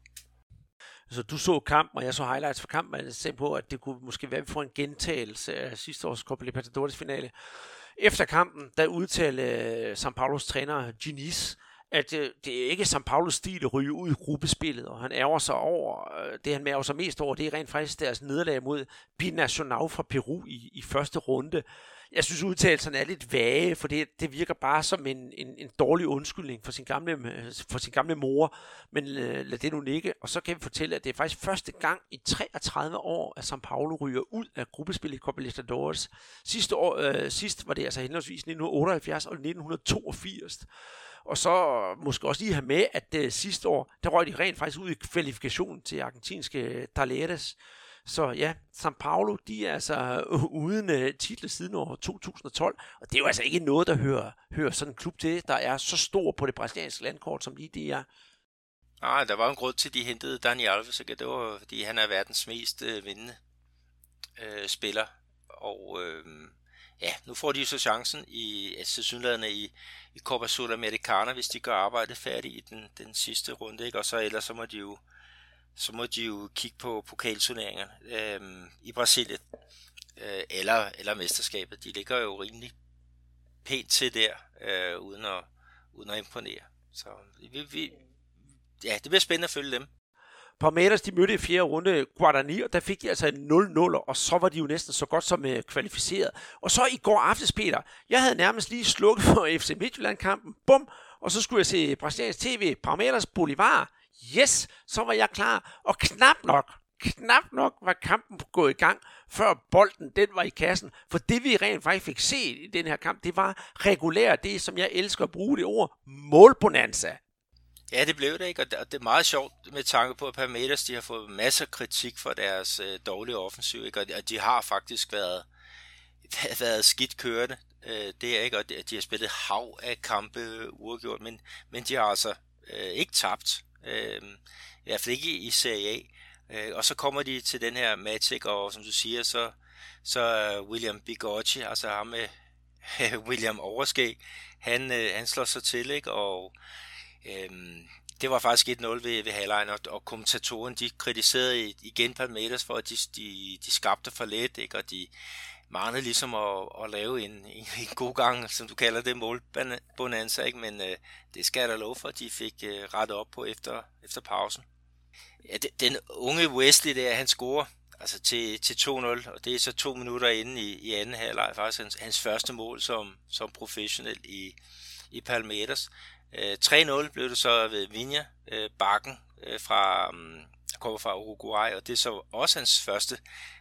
Speaker 2: Så du så kampen, og jeg så highlights fra kampen, og jeg tænkte på, at det kunne måske være, at vi får en gentagelse af sidste års Copa Libertadores-finale. Efter kampen, der udtalte São Paulos træner Diniz, at det er ikke São Paulos stil at ryge ud i gruppespillet, og han ærger sig over, det han ærger sig mest over, det er rent faktisk deres nederlag mod Binacional fra Peru i, i første runde. Jeg synes, udtalelserne er lidt vage, for det, det virker bare som en, en, en dårlig undskyldning for sin gamle, for sin gamle mor, men øh, lad det nu ligge. Og så kan vi fortælle, at det er faktisk første gang i treogtredive år, at São Paulo ryger ud af gruppespillet i Copa Libertadores. Sidste år, øh, sidst var det altså henholdsvis nitten otteoghalvfjerds og nitten toogfirs. Og så måske også lige have med, at øh, sidste år, der røg de rent faktisk ud i kvalifikationen til argentinske Talleres. Så ja, São Paulo, de er altså uden uh, titler siden år to tusind og tolv, og det er jo altså ikke noget, der hører, hører sådan en klub til, der er så stor på det brasilianske landkort, som lige det er.
Speaker 3: Nej, der var en grund til, at de hentede Dani Alves, ikke? Det var, fordi han er verdens mest øh, vindende øh, spiller, og øh, ja, nu får de jo så chancen i tilsyneladende i, i Copa Sudamericana, hvis de gør arbejdet færdigt i den, den sidste runde, ikke? Og så ellers så må de jo så må de jo kigge på pokalturneringer øh, i Brasilien, øh, eller, eller mesterskabet. De ligger jo rimelig pænt til der, øh, uden, at, uden at imponere. Så vi, vi, ja, det bliver spændende at følge dem.
Speaker 2: Palmeiras, de mødte i fjerde runde Guarani, og der fik de altså en nul nul, og så var de jo næsten så godt som uh, kvalificeret. Og så i går aftes, Peter, jeg havde nærmest lige slukket for F C Midtjylland-kampen, bum, og så skulle jeg se brasiliansk tv, Palmeiras Bolivar. Yes, så var jeg klar, og knap nok, knap nok var kampen gået i gang, før bolden den var i kassen. For det vi rent faktisk fik set i den her kamp, det var regulært det, som jeg elsker at bruge det ord, målbonanza.
Speaker 3: Ja, det blev det, ikke? Og det er meget sjovt med tanke på, at Palmeiras, de har fået masser af kritik for deres øh, dårlige offensiv, ikke? Og de har faktisk været, været skidt kørende, øh, det er ikke, og de har spillet hav af kampe uafgjort, men, men de har altså øh, ikke tabt. Øh, I hvert fald ikke i Serie A. Øh, og så kommer de til den her match, ikke? Og som du siger, så, så er William Bigocchi, altså ham med William Overskæg, han, øh, han slår sig til, ikke? Og øhm, det var faktisk et nul ved, ved halvlejen, og, og kommentatoren, de kritiserede igen Palmeiras for, at de, de, de skabte for let, ikke? Og de manglede ligesom at, at lave en, en, en god gang, som du kalder det, målbonanza, ikke? Men øh, det skal jeg da love for, at de fik øh, rettet op på efter, efter pausen. Ja, den, den unge Wesley der, han scorer altså til, til to nul, og det er så to minutter inde i, i anden halvleg, faktisk hans, hans første mål som, som professionel i, i Palmeiras. Øh, tre nul blev det så ved Vinha, øh, bakken øh, fra, um, kommer fra Uruguay, og det er så også hans første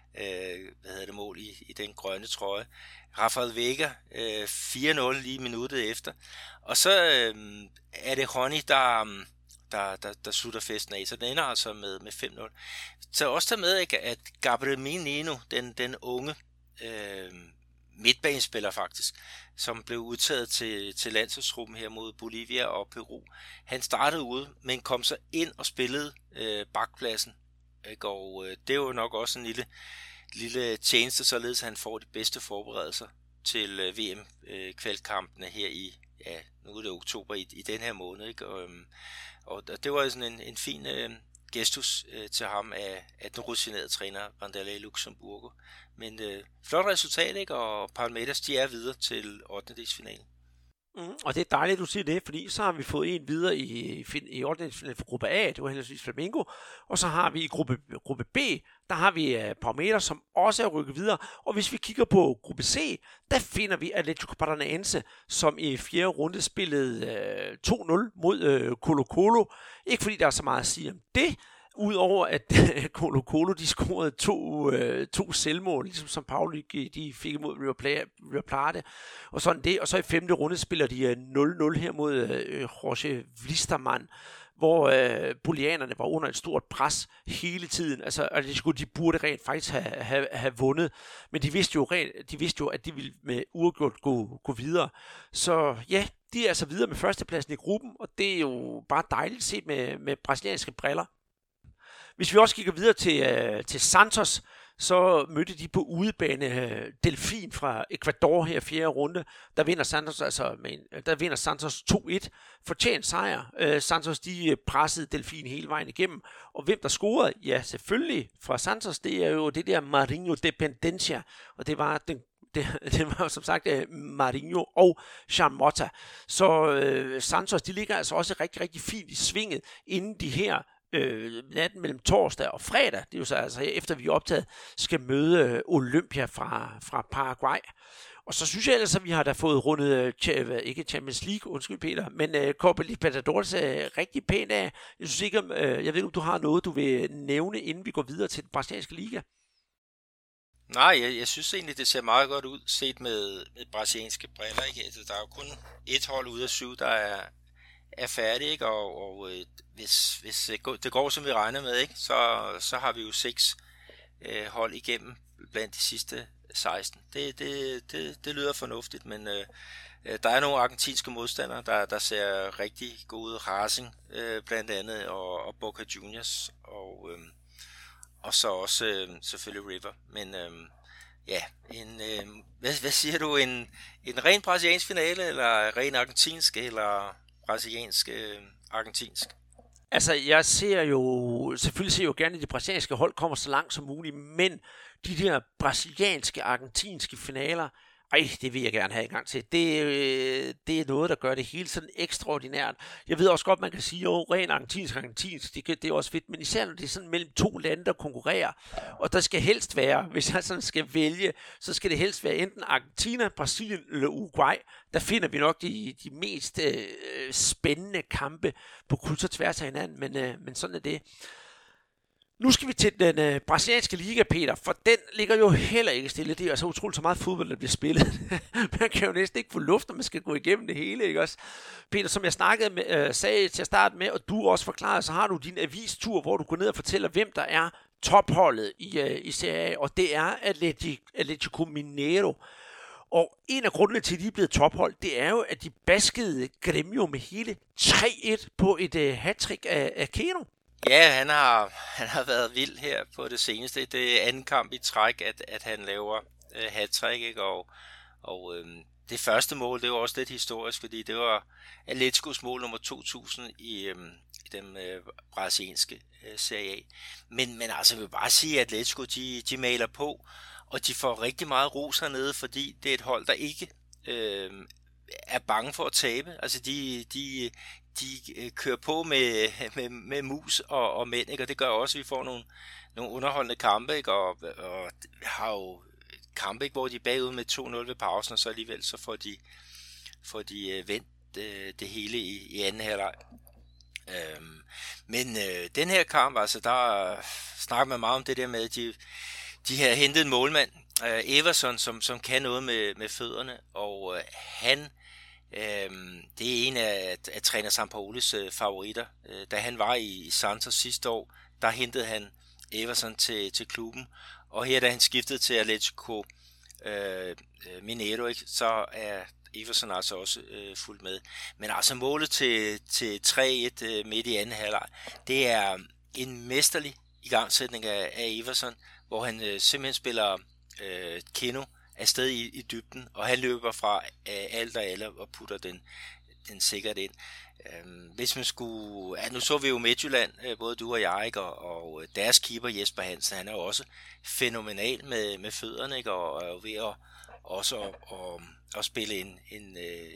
Speaker 3: øh, hvad hedder det, mål i, i den grønne trøje. Rafael Vega, øh, fire nul lige minuttet efter. Og så øh, er det Ronny, der... Um, Der, der, der slutter festen af, så den ender altså med, med fem nul. Så også der med, ikke, at Gabriel Menino, den, den unge øh, midtbanespiller faktisk, som blev udtaget til, til landsholdsgruppen her mod Bolivia og Peru, han startede ude, men kom så ind og spillede øh, bakpladsen. Ikke? Og øh, det er jo nok også en lille, lille tjeneste, således at han får de bedste forberedelser til øh, V M-kvalkampene her i, ja, nu er det oktober i, i den her måned, ikke? Og, øhm, og det var sådan en, en fin øh, gestus øh, til ham af, af den rutinerede træner Vanderlei Luxemburgo. Men øh, flot resultat, ikke? Og Palmeiras, de er videre til ottendedelsfinalen.
Speaker 2: Mm, og det er dejligt, at du siger det, fordi så har vi fået en videre i, i ottendedelsfinalen for gruppe A, det var henholdsvis Flamengo, og så har vi i gruppe, gruppe B, der har vi uh, Palmeiras, som også er rykket videre, og hvis vi kigger på gruppe C, der finder vi Atlético Paranaense, som i fjerde runde spillede uh, to nul mod uh, Colo Colo, ikke fordi der er så meget at sige om det, udover at Colo Colo, de scorede to, øh, to selvmål, ligesom som Pauli de fik imod River Plate, og sådan det. Og så i femte runde spiller de nul nul her mod øh, Jorge Vlisterman, hvor øh, bolivianerne var under et stort pres hele tiden. Altså, altså de burde rent faktisk have, have, have vundet, men de vidste jo, rent, de vidste jo at de ville med uafgjort gå, gå videre. Så ja, de er altså videre med førstepladsen i gruppen, og det er jo bare dejligt set med, med brasilianske briller. Hvis vi også kigger videre til, øh, til Santos, så mødte de på udebane øh, Delfin fra Ecuador her i fjerde runde. Der vinder Santos altså med en, der vinder Santos to et. Fortjent sejr. Øh, Santos de pressede Delfin hele vejen igennem. Og hvem der scorede? Ja, selvfølgelig fra Santos. Det er jo det der Marinho Dependencia. Og det var den Det, det var som sagt uh, Marinho og Jean Mota. Så øh, Santos de ligger altså også rigtig, rigtig fint i svinget, inden de her Øh, natten mellem torsdag og fredag, det er jo så altså efter vi er optaget, skal møde øh, Olympia fra, fra Paraguay. Og så synes jeg ellers, at vi har da fået rundet, øh, ikke Champions League, undskyld Peter, men øh, Copa Libertadores er rigtig pænt af. Jeg synes ikke, om, øh, jeg ved ikke, om du har noget, du vil nævne, inden vi går videre til den brasilianske liga.
Speaker 3: Nej, jeg, jeg synes egentlig, det ser meget godt ud, set med, med brasilianske briller, ikke? Altså, der er jo kun et hold ud af syv, der er er færdig, ikke? Og, og øh, hvis, hvis det går, som vi regner med, ikke? Så, så har vi jo seks øh, hold igennem blandt de sidste seksten. Det, det, det, det lyder fornuftigt, men øh, der er nogle argentinske modstandere, der, der ser rigtig gode. Racing øh, blandt andet, og, og Boca Juniors, og, øh, og så også øh, selvfølgelig River. Men øh, ja, en, øh, hvad, hvad siger du, en, en ren brasiliansk finale, eller ren argentinsk, eller brasiliansk, øh, argentinsk?
Speaker 2: Altså, jeg ser jo, selvfølgelig ser jeg jo gerne, at de brasilianske hold kommer så langt som muligt, men de der brasilianske, argentinske finaler, ej, det vil jeg gerne have i gang til. Det, øh, det er noget, der gør det hele sådan ekstraordinært. Jeg ved også godt, man kan sige, at ren argentinsk, argentinsk, det, det er også fedt, men især når det er sådan mellem to lande, der konkurrerer, og der skal helst være, hvis jeg sådan skal vælge, så skal det helst være enten Argentina, Brasilien eller Uruguay. Der finder vi nok de, de mest øh, spændende kampe på kryds og tværs af hinanden, men, øh, men sådan er det. Nu skal vi til den øh, brasilianske liga, Peter, for den ligger jo heller ikke stille. Det er altså utroligt så meget fodbold, der bliver spillet. Man kan jo næsten ikke få luft, når man skal gå igennem det hele, ikke også? Peter, som jeg snakkede med, øh, sagde til at starte med, og du også forklarede, så har du din avistur, hvor du går ned og fortæller, hvem der er topholdet i, øh, i Serie A, og det er Atlético Mineiro. Og en af grundene til, at de er blevet tophold, det er jo, at de baskede Grêmio med hele tre et på et øh, hattrick af, af Keno.
Speaker 3: Ja, han har, han har været vild her på det seneste. Det er anden kamp i træk, at, at han laver øh, hat-trick, ikke? Og, og øh, det første mål, det var også lidt historisk, fordi det var Atleticos mål nummer to tusind i, øh, i den øh, brasilianske øh, Serie A. Men, men altså, jeg vil bare sige, at Atletico, de, de maler på, og de får rigtig meget ros hernede, fordi det er et hold, der ikke øh, er bange for at tabe. Altså, de, de, de kører på med, med, med mus og, og mænd, ikke? Og det gør også, at vi får nogle, nogle underholdende kampe, ikke? Og, og har jo kampe, ikke? Hvor de er bagud med to nul ved pausen, og så alligevel så får de, får de vendt øh, det hele i, i anden halvleg. Øhm, men øh, den her kamp, altså der snakker man meget om det der med, at de, de har hentet en målmand, øh, Everson, som, som kan noget med, med fødderne, og øh, han Øhm, det er en af, af træner Sampaolis øh, favoritter. Øh, da han var i, i Santos sidste år, der hentede han Everson til, til klubben, og her da han skiftede til Atletico øh, Mineiro, ikke, så er Everson altså også øh, fuldt med. Men altså målet til, til tre et øh, midt i anden halvleg, det er en mesterlig igangsætning af, af Everson, hvor han øh, simpelthen spiller øh, Keno afsted i, i dybden, og han løber fra øh, alt og alle og putter den, den sikkert ind. Øhm, hvis man skulle... Ja, nu så vi jo Midtjylland, øh, både du og jeg, ikke? Og, og deres keeper Jesper Hansen, han er jo også fænomenal med, med fødderne, ikke? Og, og er jo ved at, også at, at, at spille en, en,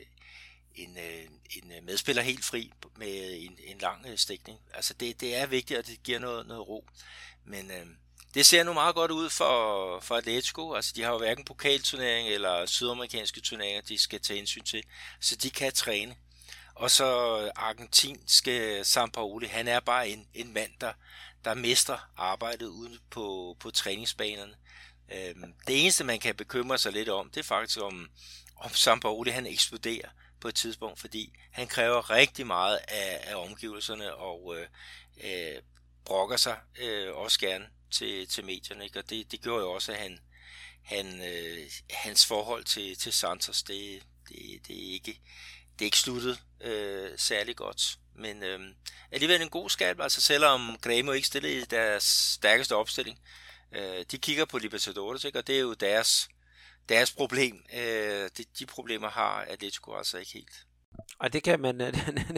Speaker 3: en, en medspiller helt fri med en, en lang stikning. Altså det, det er vigtigt, og det giver noget, noget ro. Men... Øh, det ser nu meget godt ud for, for Atletico. Altså, de har jo hverken pokalturnering eller sydamerikanske turneringer, de skal tage hensyn til. Så de kan træne. Og så argentinske Sampaoli, han er bare en, en mand, der, der mestrer arbejdet ude på, på træningsbanerne. Øhm, det eneste, man kan bekymre sig lidt om, det er faktisk om, om Sampaoli, han eksploderer på et tidspunkt, fordi han kræver rigtig meget af, af omgivelserne og øh, øh, brokker sig øh, også gerne til, til medierne, ikke? Og det, det gjorde jo også, at han, han, øh, hans forhold til, til Santos, det, det, det, er ikke, det er ikke sluttet øh, særlig godt. Men øh, alligevel en god skab, altså selvom Grêmio ikke stillede i deres stærkeste opstilling. Øh, de kigger på Libertadores, ikke? Og det er jo deres, deres problem. Øh, de, de problemer har Atletico altså ikke helt.
Speaker 2: Og det kan man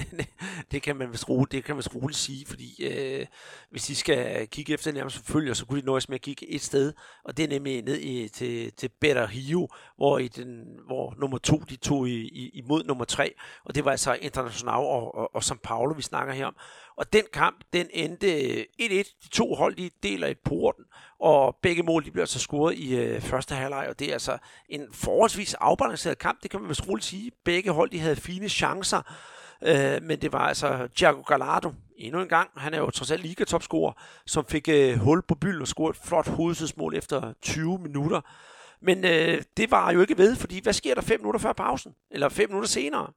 Speaker 2: det kan man vist roligt, det kan man vist roligt sige, fordi øh, hvis de skal kigge efter nærmest forfølger, så kunne de nøjes med at kigge et sted, og det er nemlig ned i, til, til Beira Rio, hvor, i den, hvor nummer to, de tog i, i, imod nummer tre, og det var altså Internacional og, og, og São Paulo, vi snakker her om. Og den kamp, den endte et et. De to hold, de deler i porten, og begge mål, de bliver så scoret i øh, første halvleg, og det er altså en forholdsvis afbalanceret kamp, det kan man vist roligt sige. Begge hold, de havde fine chancer, øh, men det var altså Thiago Gallardo, endnu en gang, han er jo trods alt ligatopscorer, som fik øh, hul på bylden og scorede et flot hovedstødsmål efter tyve minutter. Men øh, det var jo ikke ved, fordi hvad sker der fem minutter før pausen? Eller fem minutter senere?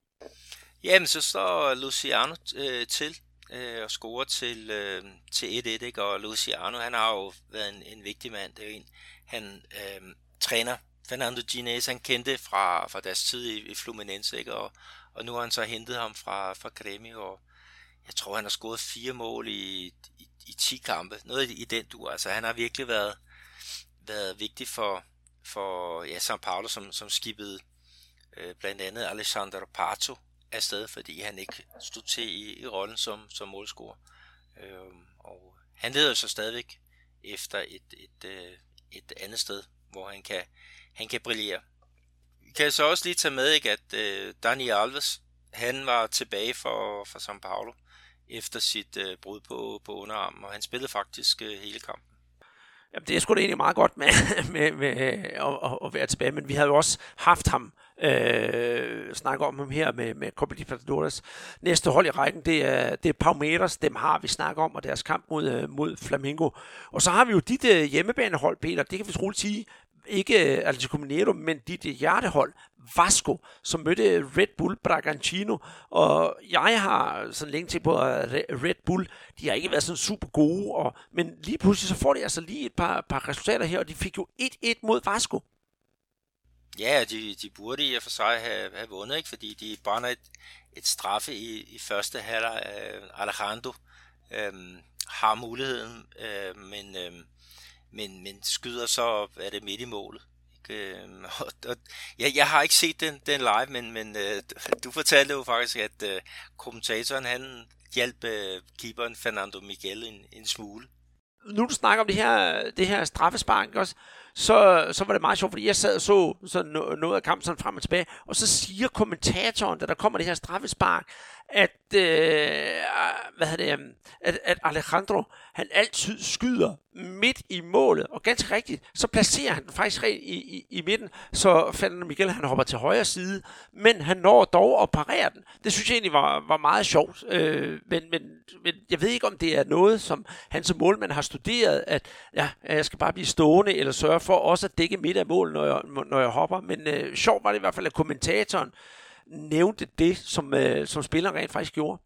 Speaker 3: Jamen, så står Luciano øh, til øh, og scorer til, øh, til et et, ikke? Og Luciano, han har jo været en, en vigtig mand. Det er jo en, han øh, træner Fernando Ginés, han kendte fra, fra deres tid i, i Fluminense, ikke? Og, og nu har han så hentet ham fra, fra Grêmio, og jeg tror, han har scoret fire mål i, i, i ti kampe. Noget i, i den du. Altså, han har virkelig været, været vigtig for, for ja, São Paulo, som, som skibede øh, blandt andet Alexandre Pato afsted, fordi han ikke stod til i, i rollen som, som målscorer. Øhm, og han leder så stadigvæk efter et, et, et, et andet sted, hvor han kan, han kan brillere. Vi kan så også lige tage med, ikke, at øh, Dani Alves, han var tilbage for, for São Paulo efter sit øh, brud på, på underarmen, og han spillede faktisk øh, hele kampen.
Speaker 2: Jamen, det er sgu da egentlig meget godt med, med, med at, at være tilbage, men vi havde jo også haft ham, øh, snakke om ham her med, med Copa Libertadores. Næste hold i rækken, det er, det er Palmeiras, dem har vi snakket om, og deres kamp mod, mod Flamengo. Og så har vi jo dit uh, hjemmebanehold, Peter, det kan vi roligt sige, ikke Atlético Mineiro, men dit hjertehold, Vasco, som mødte Red Bull Bragantino, og jeg har sådan længe til på, at Red Bull, de har ikke været sådan super gode, og, men lige pludselig så får de altså lige et par, par resultater her, og de fik jo et et mod Vasco.
Speaker 3: Ja, de, de burde i og for sig have, have vundet, ikke? Fordi de brænder et, et straffe i, i første halvleg af Alejandro øhm, har muligheden, øh, men, øh, men, men skyder så, er det midt i målet. Ikke? Og, og, jeg, jeg har ikke set den, den live, men, men øh, du fortalte jo faktisk, at øh, kommentatoren han hjalp øh, keeperen Fernando Miguel en, en smule.
Speaker 2: Nu du snakker om det her, det her straffespark også, så, så var det meget sjovt, fordi jeg sad og så, så noget af kampen sådan frem og tilbage, og så siger kommentatoren, da der kommer det her straffespark, at, øh, hvad hedder det, at, at Alejandro, han altid skyder midt i målet, og ganske rigtigt, så placerer han den faktisk i, i, i midten, så Fernando Miguel, han hopper til højre side, men han når dog at parere den. Det synes jeg egentlig var, var meget sjovt, øh, men, men, men jeg ved ikke, om det er noget, som han som målmand har studeret, at ja, jeg skal bare blive stående, eller sørge for også at dække midt af mål, når jeg, når jeg hopper, men øh, sjovt var det i hvert fald, at kommentatoren nævnte det, som, øh, som spilleren rent faktisk gjorde.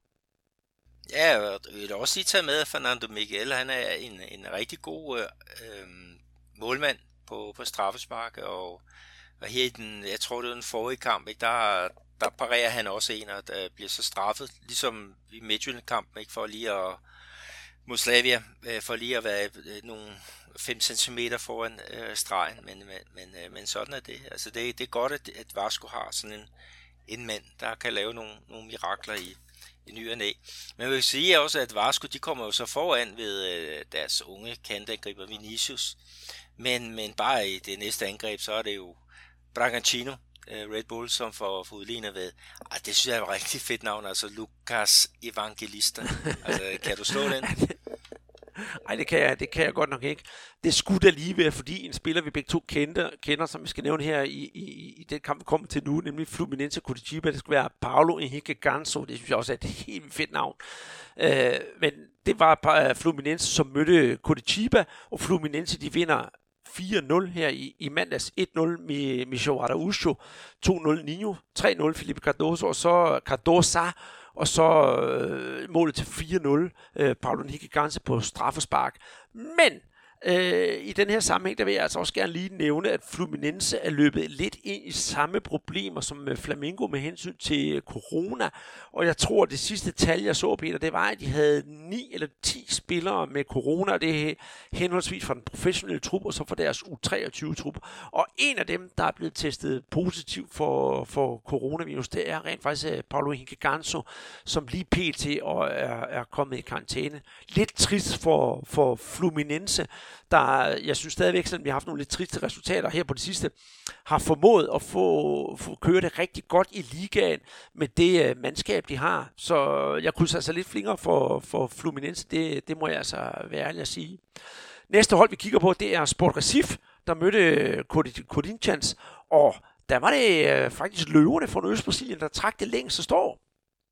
Speaker 3: Ja, og jeg vil også lige tage med, at Fernando Miguel, han er en, en rigtig god øh, målmand på, på straffespark, og, og her i den, jeg tror det var den forrige kamp, ikke, der, der parerer han også en, og der bliver så straffet, ligesom i Midtjylland-kampen, ikke, for lige at, mod Slavia, øh, for lige at være øh, nogle fem centimeter foran øh, stregen, men, men, men, øh, men sådan er det. Altså det, det er godt, at, at Vasco har sådan en, en mand, der kan lave nogle, nogle mirakler i, i ny og næ. Men jeg vil sige også, at Vasco, de kommer jo så foran ved øh, deres unge kantangriber Vinicius, men, men bare i det næste angreb, så er det jo Bragantino, øh, Red Bull, som får, får udlignet ved. Ah, det synes jeg er et rigtig fedt navn, altså Lucas Evangelista. Altså, kan du slå den?
Speaker 2: Nej, det kan jeg, det kan jeg godt nok ikke. Det skulle da lige være, fordi en spiller, vi begge to kender, kender som vi skal nævne her i, i, i den kamp, vi kommer til nu, nemlig Fluminense Curitiba, det skal være Paulo Henrique Ganso. Det synes jeg også er et helt fedt navn. Øh, men det var Fluminense, som mødte Curitiba, og Fluminense, de vinder fire nul her i, i mandags. et nul med Michel Araújo, to nul Ninho, tre nul Felipe Cardoso, og så Cardosa, og så øh, målet til fire nul, øh, Paulo Henrique Ganso på straffespark. Men øh, i den her sammenhæng, der vil jeg altså også gerne lige nævne, at Fluminense er løbet lidt ind i samme problemer som Flamengo med hensyn til corona. Og jeg tror, at det sidste tal, jeg så, Peter, det var, at de havde ni eller ti spillere med corona. Det er henholdsvis fra den professionelle trup, og så fra deres U treogtyve-trup. Og en af dem, der er blevet testet positiv for, for coronavirus, det er rent faktisk Paulo Henrique Ganso, som lige pt. Og er, er kommet i karantæne. Lidt trist for, for Fluminense, der, jeg synes stadigvæk, selvom vi har haft nogle lidt triste resultater her på det sidste, har formået at få, få kørt det rigtig godt i ligaen med det uh, mandskab, de har. Så jeg krydser altså lidt fingre for, for Fluminense, det, det må jeg altså være ærlig at sige. Næste hold, vi kigger på, det er Sport Recife, der mødte Corinthians, og der var det uh, faktisk løverne fra Øst-Brasilien, der trak det længste strå.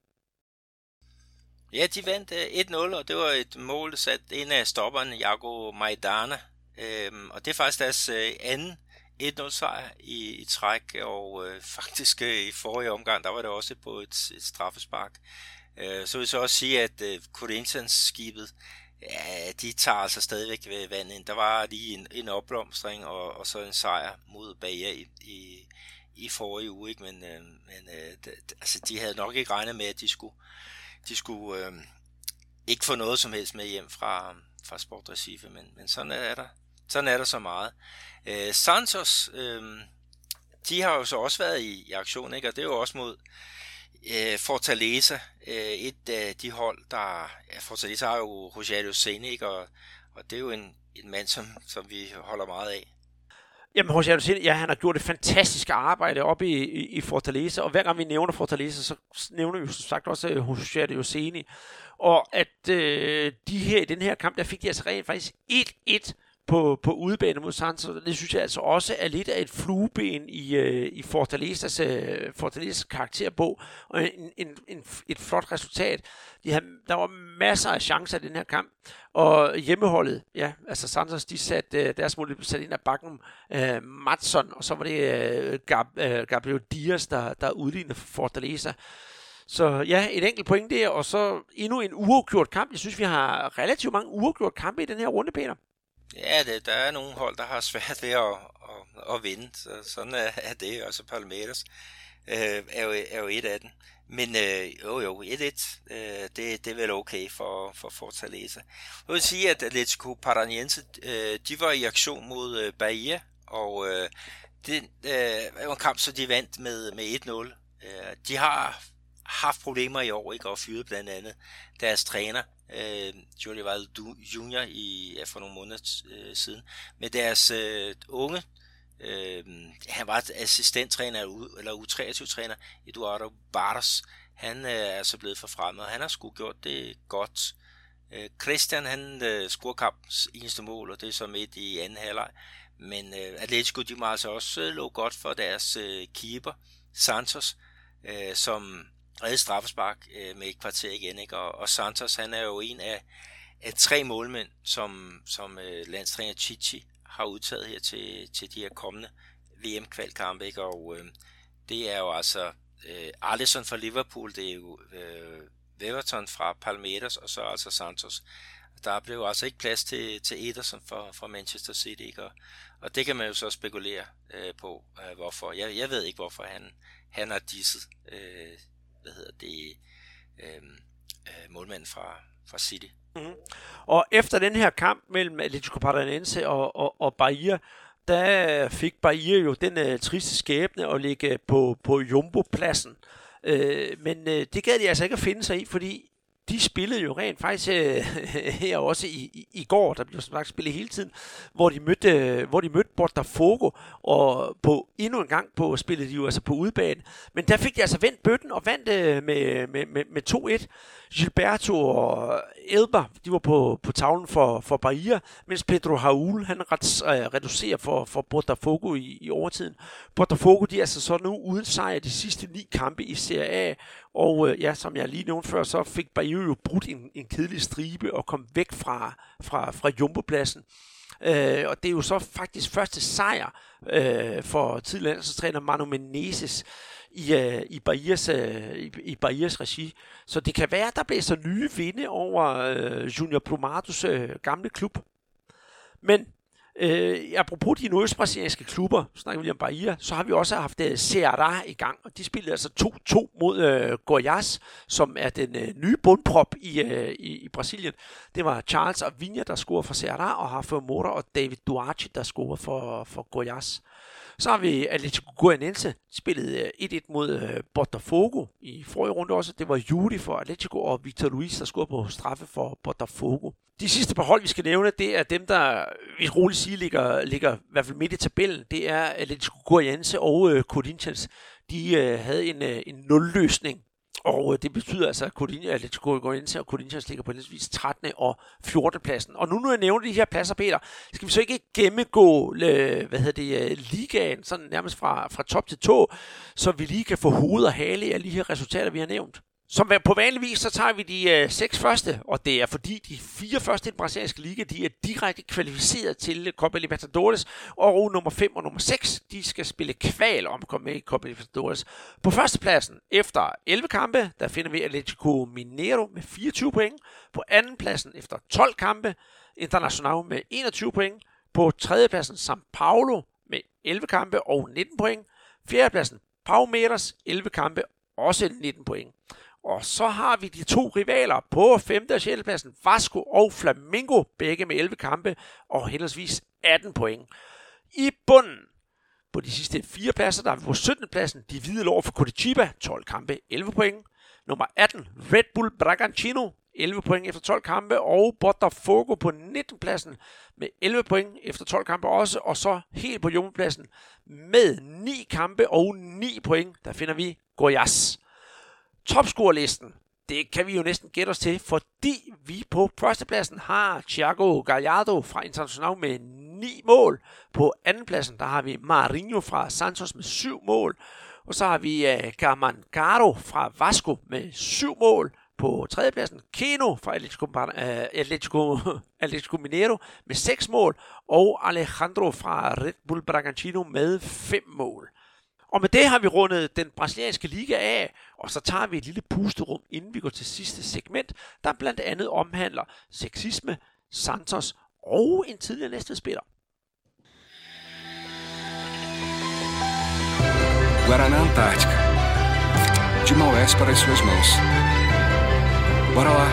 Speaker 3: Ja, de vandt uh, et nul, og det var et mål sat ind af stopperen, Iago Maidana. Øhm, og det er faktisk deres uh, anden et nul sejr i, i træk, og uh, faktisk uh, i forrige omgang, der var det også på et, et straffespark. Uh, så vil jeg så også sige, at uh, Corinthians-skibet, ja, de tager altså stadigvæk ved vandet. Der var lige en, en opblomstring, og, og så en sejr mod Bahia i, i, i forrige uge, ikke? Men, uh, men uh, de, altså, de havde nok ikke regnet med, at de skulle De skulle øh, ikke få noget som helst med hjem fra, fra Sport Recife, men, men sådan, er der, sådan er der så meget. Øh, Santos, øh, de har jo så også været i, i aktion, ikke? Og det er jo også mod øh, Fortaleza, øh, et af de hold, der... Ja, Fortaleza har jo Rogério Ceni, ikke? Og, og det er jo en, en mand, som, som vi holder meget af.
Speaker 2: Jamen, Rogério Ceni, ja, han har gjort et fantastisk arbejde oppe i, i, i Fortaleza, og hver gang vi nævner Fortaleza, så nævner vi jo som sagt også Rogério Ceni. Og at øh, de her i den her kamp, der fik de altså rent faktisk et et på, på udebane mod Santos. Det synes jeg altså også er lidt af et flueben i, øh, i Fortalezas, øh, Fortalezas karakterbog, og en, en, en, et flot resultat. De havde, der var masser af chancer i den her kamp, og hjemmeholdet, ja, altså Santos, de satte øh, deres mål sat ind af bakken øh, Madsson, og så var det øh, Gab, øh, Gabriel Diaz, der, der udlignede for Fortaleza. Så ja, et enkelt point der, og så endnu en uafgjort kamp. Jeg synes, vi har relativt mange uafgjort kampe i den her runde, Peter.
Speaker 3: Ja, det, der er nogle hold, der har svært ved at, at, at vinde, så sådan er, er det, også Palmeiras. øh, er, jo, er jo et af dem. Men øh, jo jo, et et, øh, det, det er vel okay for, for Fortaleza. Jeg vil sige, at Atlético Paranaense, øh, de var i aktion mod øh, Bahia, og øh, det øh, var en kamp, så de vandt med, med et nul. Øh, de har haft problemer i år, ikke, og fyret blandt andet deres træner, øh, Jordi Valde junior i, ja, for nogle måneder øh, siden, med deres øh, unge, øh, han var assistenttræner eller U treogtyve-træner, Eduardo Barros. Han øh, er så blevet forfremmet, og han har sgu gjort det godt. Øh, Christian, han øh, scorer kampens eneste mål, og det er så midt i anden halvleg. Men øh, Atletico, de må altså også øh, lå godt for deres øh, keeper, Santos, øh, som redde straffespark øh, med et kvarter igen, ikke? Og, og Santos, han er jo en af, af tre målmænd, som, som øh, landstræner Chichi har udtaget her til, til de her kommende V M-kvalkampe, ikke? Og øh, det er jo altså øh, Alisson fra Liverpool, det er jo øh, Weverton fra Palmeiras, og så altså Santos. Der blev altså ikke plads til, til Ederson fra, fra Manchester City, ikke? Og, og det kan man jo så spekulere øh, på, øh, hvorfor. Jeg, jeg ved ikke, hvorfor han, han har disset øh, hvad hedder det, øh, øh, målmanden fra, fra City.
Speaker 2: Mm-hmm. Og efter den her kamp mellem Atlético Paranaense og, og, og Bahia, der fik Bahia jo den øh, triste skæbne at ligge på, på Jumbo-pladsen. Øh, men øh, det gad de altså ikke at finde sig i, fordi de spillede jo rent faktisk øh, her også i, i, i går, der blev som sagt spillet hele tiden, hvor de mødte, øh, hvor de mødte Botafogo, og på endnu en gang på spillede de jo altså på udebane. Men der fik de altså vendt bøtten og vandt øh, med, med, med, med to et. Gilberto og Elba, de var på, på tavlen for, for Bahia, mens Pedro Raul, han ret, øh, reducerer for, for Botafogo i, i overtiden. Botafogo, de er altså så nu uden sejr de sidste ni kampe i Serie A, og øh, ja, som jeg lige nævnte før, så fik Bahia jo brudt en, en kedelig stribe og kom væk fra, fra, fra Jumbo-pladsen. Øh, og det er jo så faktisk første sejr øh, for tidligere landstræner Manu Menezes i, øh, i, Bahias, øh, i, i Bahias regi. Så det kan være, der bliver så nye vinde over øh, Junior Plumatos øh, gamle klub. Men Øh, apropos de nordøstbrasilianske klubber, snakker vi om Bahia, så har vi også haft uh, Ceará i gang, og de spillede altså to to mod uh, Goiás, som er den uh, nye bundprop i, uh, i, i Brasilien. Det var Charles Avinha, der scorede for Ceará, og Rafael Moura og David Duarte, der scorede for, for Goiás. Så har vi Atlético Goianiense, spillet uh, et et mod uh, Botafogo i forrige runde også. Det var Yuri for Atlético og Victor Luis, der scorede på straffe for Botafogo. De sidste par hold, vi skal nævne, det er dem, der, vi roligt sige, ligger, ligger i hvert fald midt i tabellen. Det er Atlético Goianiense og uh, Corinthians. De uh, havde en, uh, en nulløsning, og uh, det betyder altså, at Atlético Goianiense og Corinthians ligger på henholdsvis trettende og fjortende pladsen. Og nu, når jeg nævner de her pladser, Peter, skal vi så ikke gennemgå uh, hvad hedder det, uh, ligaen, sådan nærmest fra, fra top til tå, så vi lige kan få hoved og hale af de her resultater, vi har nævnt. Som på vanlig vis, så tager vi de øh, seks første, og det er fordi de fire første i den brasilianske liga, de er direkte kvalificeret til Copa Libertadores, og nummer fem og nummer seks, de skal spille kval om at komme med i Copa Libertadores. På førstepladsen, efter elleve kampe, der finder vi Atlético Mineiro med fireogtyve point. På andenpladsen, efter tolv kampe, Internacional med enogtyve point. På tredjepladsen, São Paulo med elleve kampe og nitten point. Fjerdepladsen, Palmeiras, elleve kampe, også nitten point. Og så har vi de to rivaler på femte og sjette pladsen, Vasco og Flamengo, begge med elleve kampe og henholdsvis atten point. I bunden på de sidste fire pladser, der er vi på syttende pladsen, de hvide lår for Curitiba, tolv kampe, elleve point. Nummer atten, Red Bull Bragantino, elleve point efter tolv kampe, og Botafogo på nittende pladsen med elleve point efter tolv kampe også, og så helt på Jumbo-pladsen med ni kampe og ni point, der finder vi Goiás. Topscorelisten, det kan vi jo næsten gætte os til, fordi vi på førstepladsen har Thiago Gallardo fra Internacional med ni mål. På andenpladsen, der har vi Marinho fra Santos med syv mål. Og så har vi uh, Carmancaro fra Vasco med syv mål. På tredjepladsen, Keno fra Atlético, uh, Atlético, Atlético Mineiro med seks mål. Og Alejandro fra Red Bull Bragantino med fem mål. Og med det har vi rundet den brasilianske liga af, og så tager vi et lille pusterum, inden vi går til sidste segment, der blandt andet omhandler sexisme, Santos og en tidligere næstespiller.
Speaker 5: Guaraná Antártica. de uma oés para as suas mãos. Bora lá.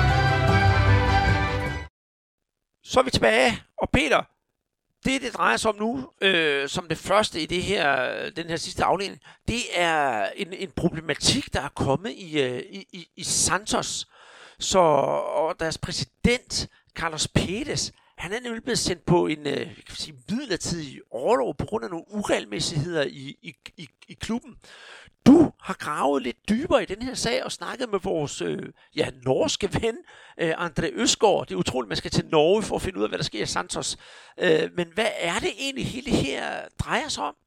Speaker 2: Så er vi tilbage, og Peter, det det drejer sig om nu, øh, som det første i det her, den her sidste afdeling, det er en, en problematik, der er kommet i, i, i, i Santos. Så og deres præsident, Carlos Pérez, han er nemlig blevet sendt på en øh, kan sige, midlertidig orlov på grund af nogle uregelmæssigheder i, i, i, i klubben. Du har gravet lidt dybere i den her sag og snakket med vores øh, ja, norske ven, øh, André Østgaard. Det er utroligt, man skal til Norge for at finde ud af, hvad der sker i Santos. Øh, men hvad er det egentlig, hele det her drejer sig om?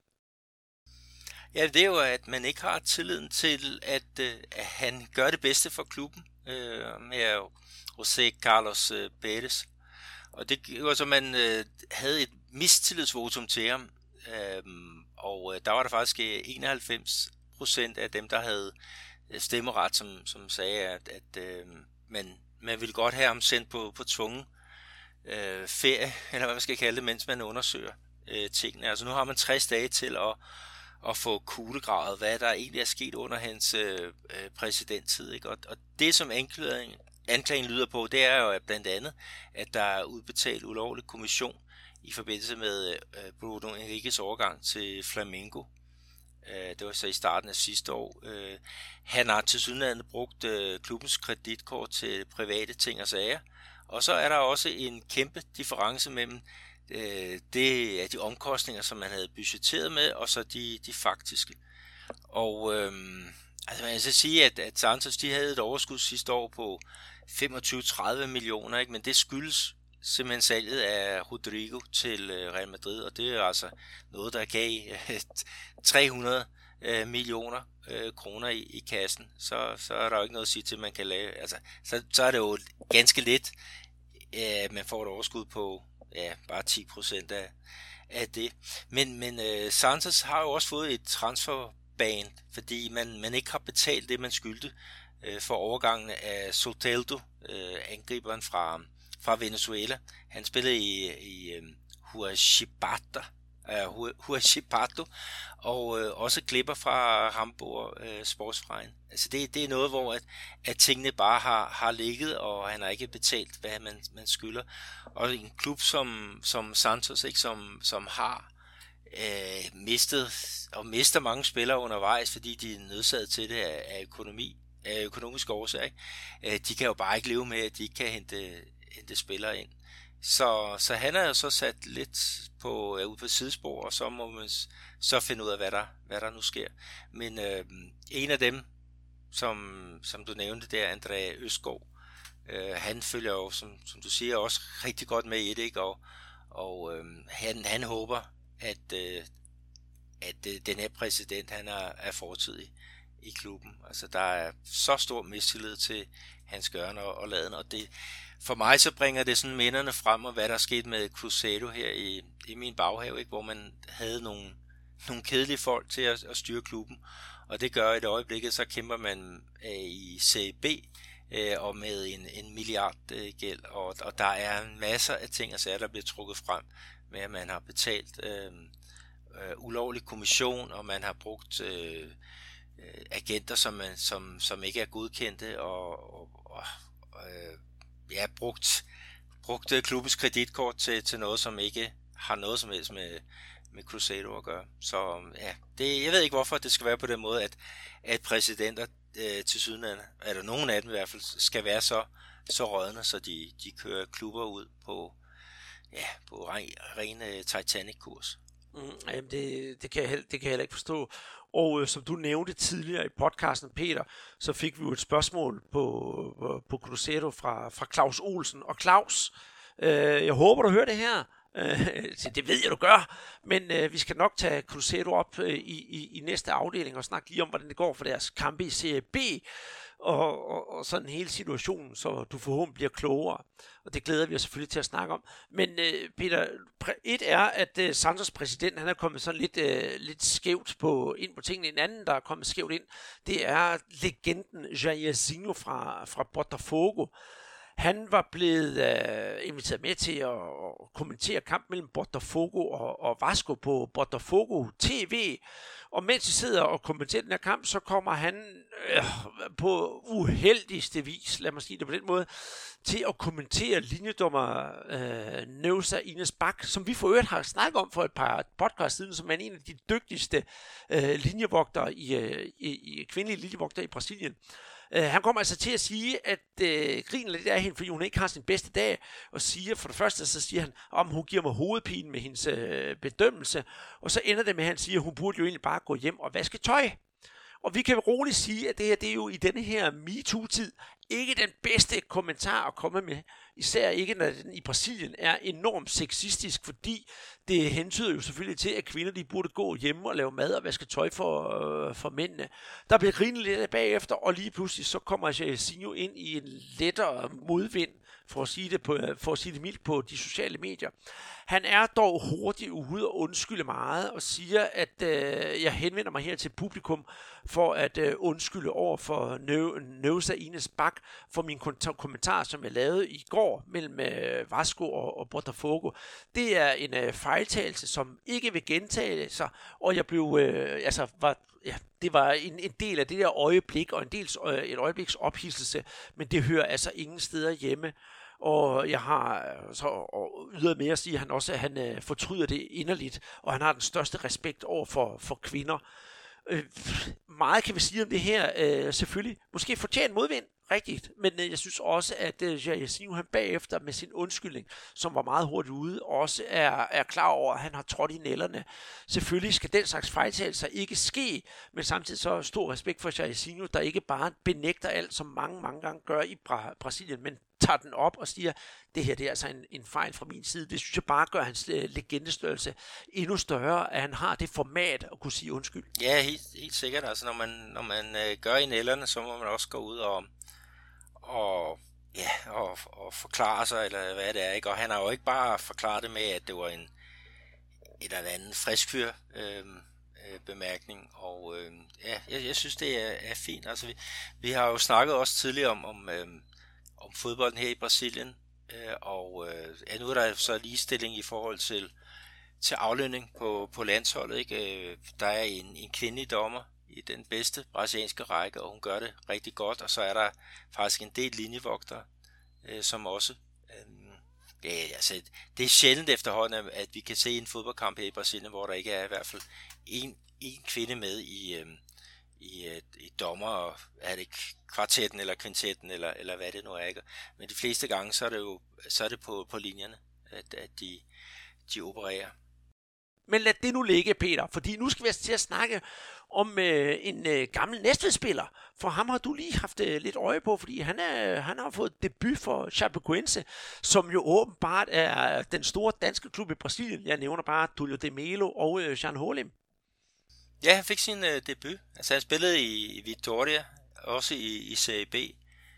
Speaker 3: Ja, det er jo, at man ikke har tilliden til, at, øh, at han gør det bedste for klubben øh, med José Carlos øh, Pérez. Og det var så, man øh, havde et mistillidsvotum til ham. Øhm, og øh, der var der faktisk enoghalvfems procent af dem, der havde stemmeret, som, som sagde, at, at øh, man, man ville godt have ham sendt på, på tvungen øh, ferie, eller hvad man skal kalde det, mens man undersøger øh, tingene. Altså nu har man tres dage til at, at få kuglegravet, hvad der egentlig er sket under hans øh, præsidenttid. Ikke? Og, og det, som anklagen, anklagen lyder på, det er jo blandt andet, at der er udbetalt ulovlig kommission i forbindelse med øh, Bruno Henriques overgang til Flamengo. Øh, det var så i starten af sidste år. Øh, han har tilsyneladende brugt øh, klubbens kreditkort til private ting og sager. Og så er der også en kæmpe difference mellem øh, det af de omkostninger, som man havde budgetteret med, og så de, de faktiske. Og øh, altså man kan så sige, at, at Santos de havde et overskud sidste år på femogtyve til tredive millioner, ikke? Men det skyldes simpelthen salget af Rodrigo til Real Madrid, og det er altså noget, der gav tre hundrede millioner kroner i, i kassen. Så, så er der jo ikke noget at sige til, man kan lave. Altså, så, så er det jo ganske lidt, at man får et overskud på ja, bare ti procent af, af det. Men, men uh, Santos har jo også fået et transferban, fordi man, man ikke har betalt det, man skyldte uh, for overgangen af Soteldo, uh, angriberen fra fra Venezuela. Han spillede i, i um, Huachipato, uh, Huachipato og uh, også klipper fra Hamburg uh, Sportsverein. Altså det, det er noget, hvor at, at tingene bare har, har ligget, og han har ikke betalt, hvad man, man skylder. Og en klub som, som Santos, ikke, som, som har uh, mistet og mister mange spillere undervejs, fordi de er nødsaget til det af, af økonomi, af økonomiske årsager. Uh, de kan jo bare ikke leve med, at de ikke kan hente hente spillere ind. Så, så han er jo så sat lidt på, uh, ude på sidespor, og så må man så finde ud af, hvad der, hvad der nu sker. Men øh, en af dem, som, som du nævnte, det er André Østgaard. Øh, han følger jo, som, som du siger, også rigtig godt med i det, ikke? Og, og øh, han, han håber, at, øh, at øh, den her præsident, han er, er fortidig i klubben. Altså, der er så stor mistillid til hans gøren og, og laden, og det for mig så bringer det sådan minderne frem, og hvad der er sket med Cruzeiro her i, i min baghave, ikke? Hvor man havde nogle, nogle kedelige folk til at, at styre klubben, og det gør i et øjeblikket, så kæmper man øh, i C B øh, og med en, en milliard øh, gæld, og, og der er masser af ting og sager, der bliver trukket frem med, at man har betalt øh, øh, ulovlig kommission, og man har brugt øh, øh, agenter, som, man, som, som ikke er godkendte, og, og, og øh, ja, brugt, brugt klubbens kreditkort til, til noget, som ikke har noget som helst med, med Cruzeiro at gøre. Så ja, det, jeg ved ikke, hvorfor det skal være på den måde, at, at præsidenter øh, til sydenlande, eller nogen af dem i hvert fald, skal være så, så rådne, så de, de kører klubber ud på, ja, på ren, ren uh, Titanic-kurs.
Speaker 2: Mm, jamen det, det, kan jeg, det kan jeg heller ikke forstå. Og øh, som du nævnte tidligere i podcasten, Peter, så fik vi jo et spørgsmål på, på, på Cruzeiro fra, fra Claus Olsen. Og Claus, øh, jeg håber, du hører det her. Øh, det ved jeg, du gør. Men øh, vi skal nok tage Cruzeiro op øh, i, i, i næste afdeling og snakke lige om, hvordan det går for deres kampe i Serie B. Og, og, og sådan hele situationen, så du forhåbentlig bliver klogere. Og det glæder vi os selvfølgelig til at snakke om. Men øh, Peter, et er, at øh, Santos præsident, han er kommet sådan lidt, øh, lidt skævt på, ind på tingene. En anden, der er kommet skævt ind, det er legenden Jairzinho fra, fra Botafogo. Han var blevet øh, inviteret med til at, at kommentere kampen mellem Botafogo og, og Vasco på Botafogo T V. Og mens de sidder og kommenterer den her kamp, så kommer han øh, på uheldigste vis, lad mig sige det på den måde, til at kommentere linjedommer øh, Neuza Ines Bak, som vi for øvrigt har snakket om for et par podcast siden, som er en af de dygtigste øh, linjevogtere i, øh, i, i kvindelige linjevogtere i Brasilien. Uh, han kommer altså til at sige, at uh, griner lidt af hende, fordi hun ikke har sin bedste dag, og siger for det første, så siger han, om hun giver mig hovedpine med hendes uh, bedømmelse, og så ender det med, at han siger, at hun burde jo egentlig bare gå hjem og vaske tøj. Og vi kan roligt sige, at det her, det er jo i denne her MeToo-tid ikke den bedste kommentar at komme med. Især ikke, når den i Brasilien er enormt sexistisk, fordi det hentyder jo selvfølgelig til, at kvinder de burde gå hjemme og lave mad og vaske tøj for, øh, for mændene. Der bliver grinet lidt bagefter, og lige pludselig så kommer Jairzinho ind i en lettere modvind, for at sige det, på, for at sige det mildt, på de sociale medier. Han er dog hurtigt ude og undskylde meget og siger, at øh, jeg henvender mig her til publikum for at øh, undskylde over for Neuza Ines Bak for min kommentar, som jeg lavede i går mellem øh, Vasco og, og Botafogo. Det er en øh, fejltagelse, som ikke vil gentage sig, og jeg blev, øh, altså, var, ja, det var en, en del af det der øjeblik, og en del øh, et øjebliks ophidselse, men det hører altså ingen steder hjemme. Og jeg har så og ydermere at sige, at han også at han, øh, fortryder det inderligt, og han har den største respekt over for, for kvinder. Øh, meget kan vi sige om det her, øh, selvfølgelig. Måske fortjent modvind, rigtigt, men øh, jeg synes også, at øh, Jairzinho han bagefter med sin undskyldning, som var meget hurtigt ude, også er, er klar over, at han har trådt i nælderne. Selvfølgelig skal den slags fejltagelser ikke ske, men samtidig så stor respekt for Jairzinho, der ikke bare benægter alt, som mange, mange gange gør i Bra- Brasilien, men tager den op og siger, det her det er altså en, en fejl fra min side. Det synes jeg bare gør hans øh, legendestørrelse endnu større, at han har det format at kunne sige undskyld.
Speaker 3: Ja, helt, helt sikkert. Altså, når man, når man øh, gør i nælderne, så må man også gå ud og, og, ja, og, og forklare sig, eller hvad det er. Ikke? Og han har jo ikke bare forklaret det med, at det var en et eller andet friskfyr øh, øh, bemærkning. Og øh, ja, jeg, jeg synes, det er, er fint. Altså, vi, vi har jo snakket også tidligere om, om øh, om fodbolden her i Brasilien, øh, og øh, ja, nu er der så ligestilling i forhold til, til aflønning på, på landsholdet. Ikke? Øh, der er en, en kvindelig dommer i den bedste brasilianske række, og hun gør det rigtig godt, og så er der faktisk en del linjevogtere, øh, som også... Øh, ja, altså, det er sjældent efterhånden, at vi kan se en fodboldkamp her i Brasilien, hvor der ikke er i hvert fald en, en kvinde med i... Øh, i et, et dommer, og er det kvartetten eller kvintetten, eller, eller hvad det nu er, ikke? Men de fleste gange, så er det jo så er det på, på linjerne, at, at de, de opererer.
Speaker 2: Men lad det nu ligge, Peter, fordi nu skal vi altså til at snakke om øh, en øh, gammel Næstved-spiller, for ham har du lige haft øh, lidt øje på, fordi han, er, han har fået debut for Chapecoense, som jo åbenbart er den store danske klub i Brasilien. Jeg nævner bare Túlio de Melo og øh, Jean Holim.
Speaker 3: Ja, han fik sin øh, debut. Altså han spillede i, i Vitória, også i, i Serie B.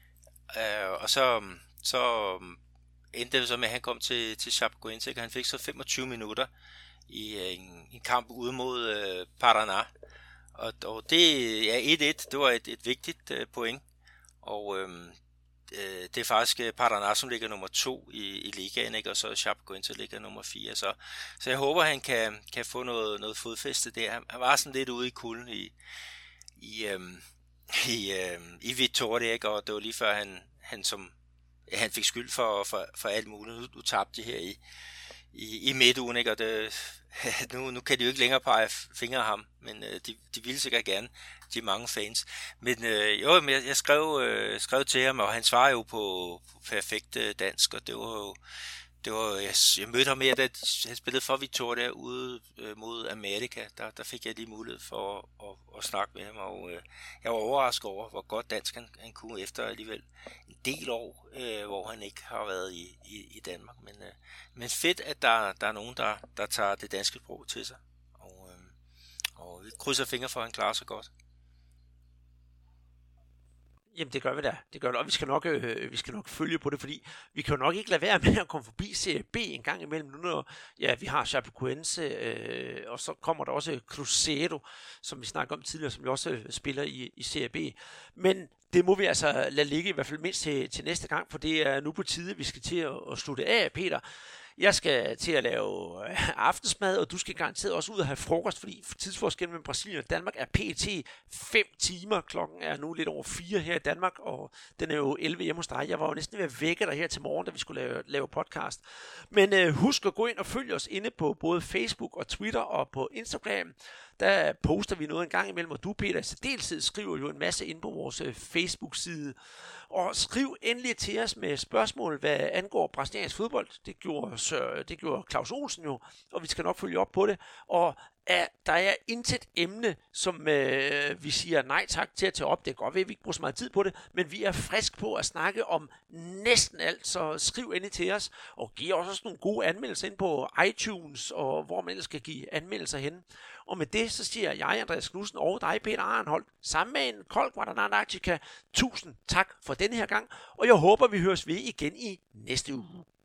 Speaker 3: Uh, og så, så endte det så med, at han kom til, til Chapecoense, og han fik så femogtyve minutter i øh, en, en kamp ude mod øh, Paraná. Og, og det ja, et et, det var et, et vigtigt øh, point. Og øh, det er faktisk Paraná, som ligger nummer to i, i ligaen, ikke? Og så Chapecoense ligger nummer fire. Så, så jeg håber, han kan, kan få noget, noget fodfæste der. Han, han var sådan lidt ude i kulden i, i, øhm, i, øhm, i Vitória, ikke? Og det var lige før, han, han, som, ja, han fik skyld for, for, for alt muligt. Nu, nu tabte de her i, i, i midtugen, ikke? Og det, nu, nu kan de jo ikke længere pege fingre af ham, men øh, de, de ville sikkert gerne, de mange fans. Men øh, jo, jeg, jeg skrev, øh, skrev til ham, og han svarede jo på, på perfekt øh, dansk, og det var jo, det var, jeg, jeg mødte ham mere, da han spillede for Vitória ude øh, mod Amerika. Der, der fik jeg lige mulighed for at, at, at snakke med ham, og øh, jeg var overrasket over, hvor godt dansk han, han kunne efter alligevel en del år, øh, hvor han ikke har været i, i, i Danmark. Men, øh, men fedt, at der, der er nogen, der, der tager det danske sprog til sig, og, øh, og vi krydser fingre for, at han klarer sig godt.
Speaker 2: Jamen det gør vi da, det gør vi, og vi skal nok, øh, vi skal nok følge på det, fordi vi kan jo nok ikke lade være med at komme forbi Serie B en gang imellem, nu når ja, vi har Chapecoense, øh, og så kommer der også Cruzeiro, som vi snakker om tidligere, som vi også spiller i, i Serie B. Men det må vi altså lade ligge, i hvert fald mindst til, til næste gang, for det er nu på tide, vi skal til at, at slutte af, Peter. Jeg skal til at lave aftensmad, og du skal garanteret også ud og have frokost, fordi tidsforskellen mellem Brasilien og Danmark er pt. fem timer. Klokken er nu lidt over fire her i Danmark, og den er jo elleve hjemme hos dig. Jeg var jo næsten ved at vække dig her til morgen, da vi skulle lave, lave podcast. Men øh, husk at gå ind og følge os inde på både Facebook og Twitter og på Instagram. Der poster vi noget en gang imellem, og du, Peter, i særdeleshed skriver jo en masse ind på vores Facebook-side. Og skriv endelig til os med spørgsmål, hvad angår brasiliansk fodbold. Det gjorde, så, det gjorde Claus Olsen jo, og vi skal nok følge op på det. Og at der er intet emne, som øh, vi siger nej tak til at tage op. Det kan godt være, at vi ikke bruger så meget tid på det, men vi er frisk på at snakke om næsten alt, så skriv endelig til os, og giv os også nogle gode anmeldelser ind på iTunes, og hvor man ellers skal give anmeldelser hen. Og med det, så siger jeg, Andreas Knudsen, og dig, Peter Arnholdt, sammen med en kold Guadalajara, tusind tak for denne her gang, og jeg håber, vi høres ved igen i næste uge.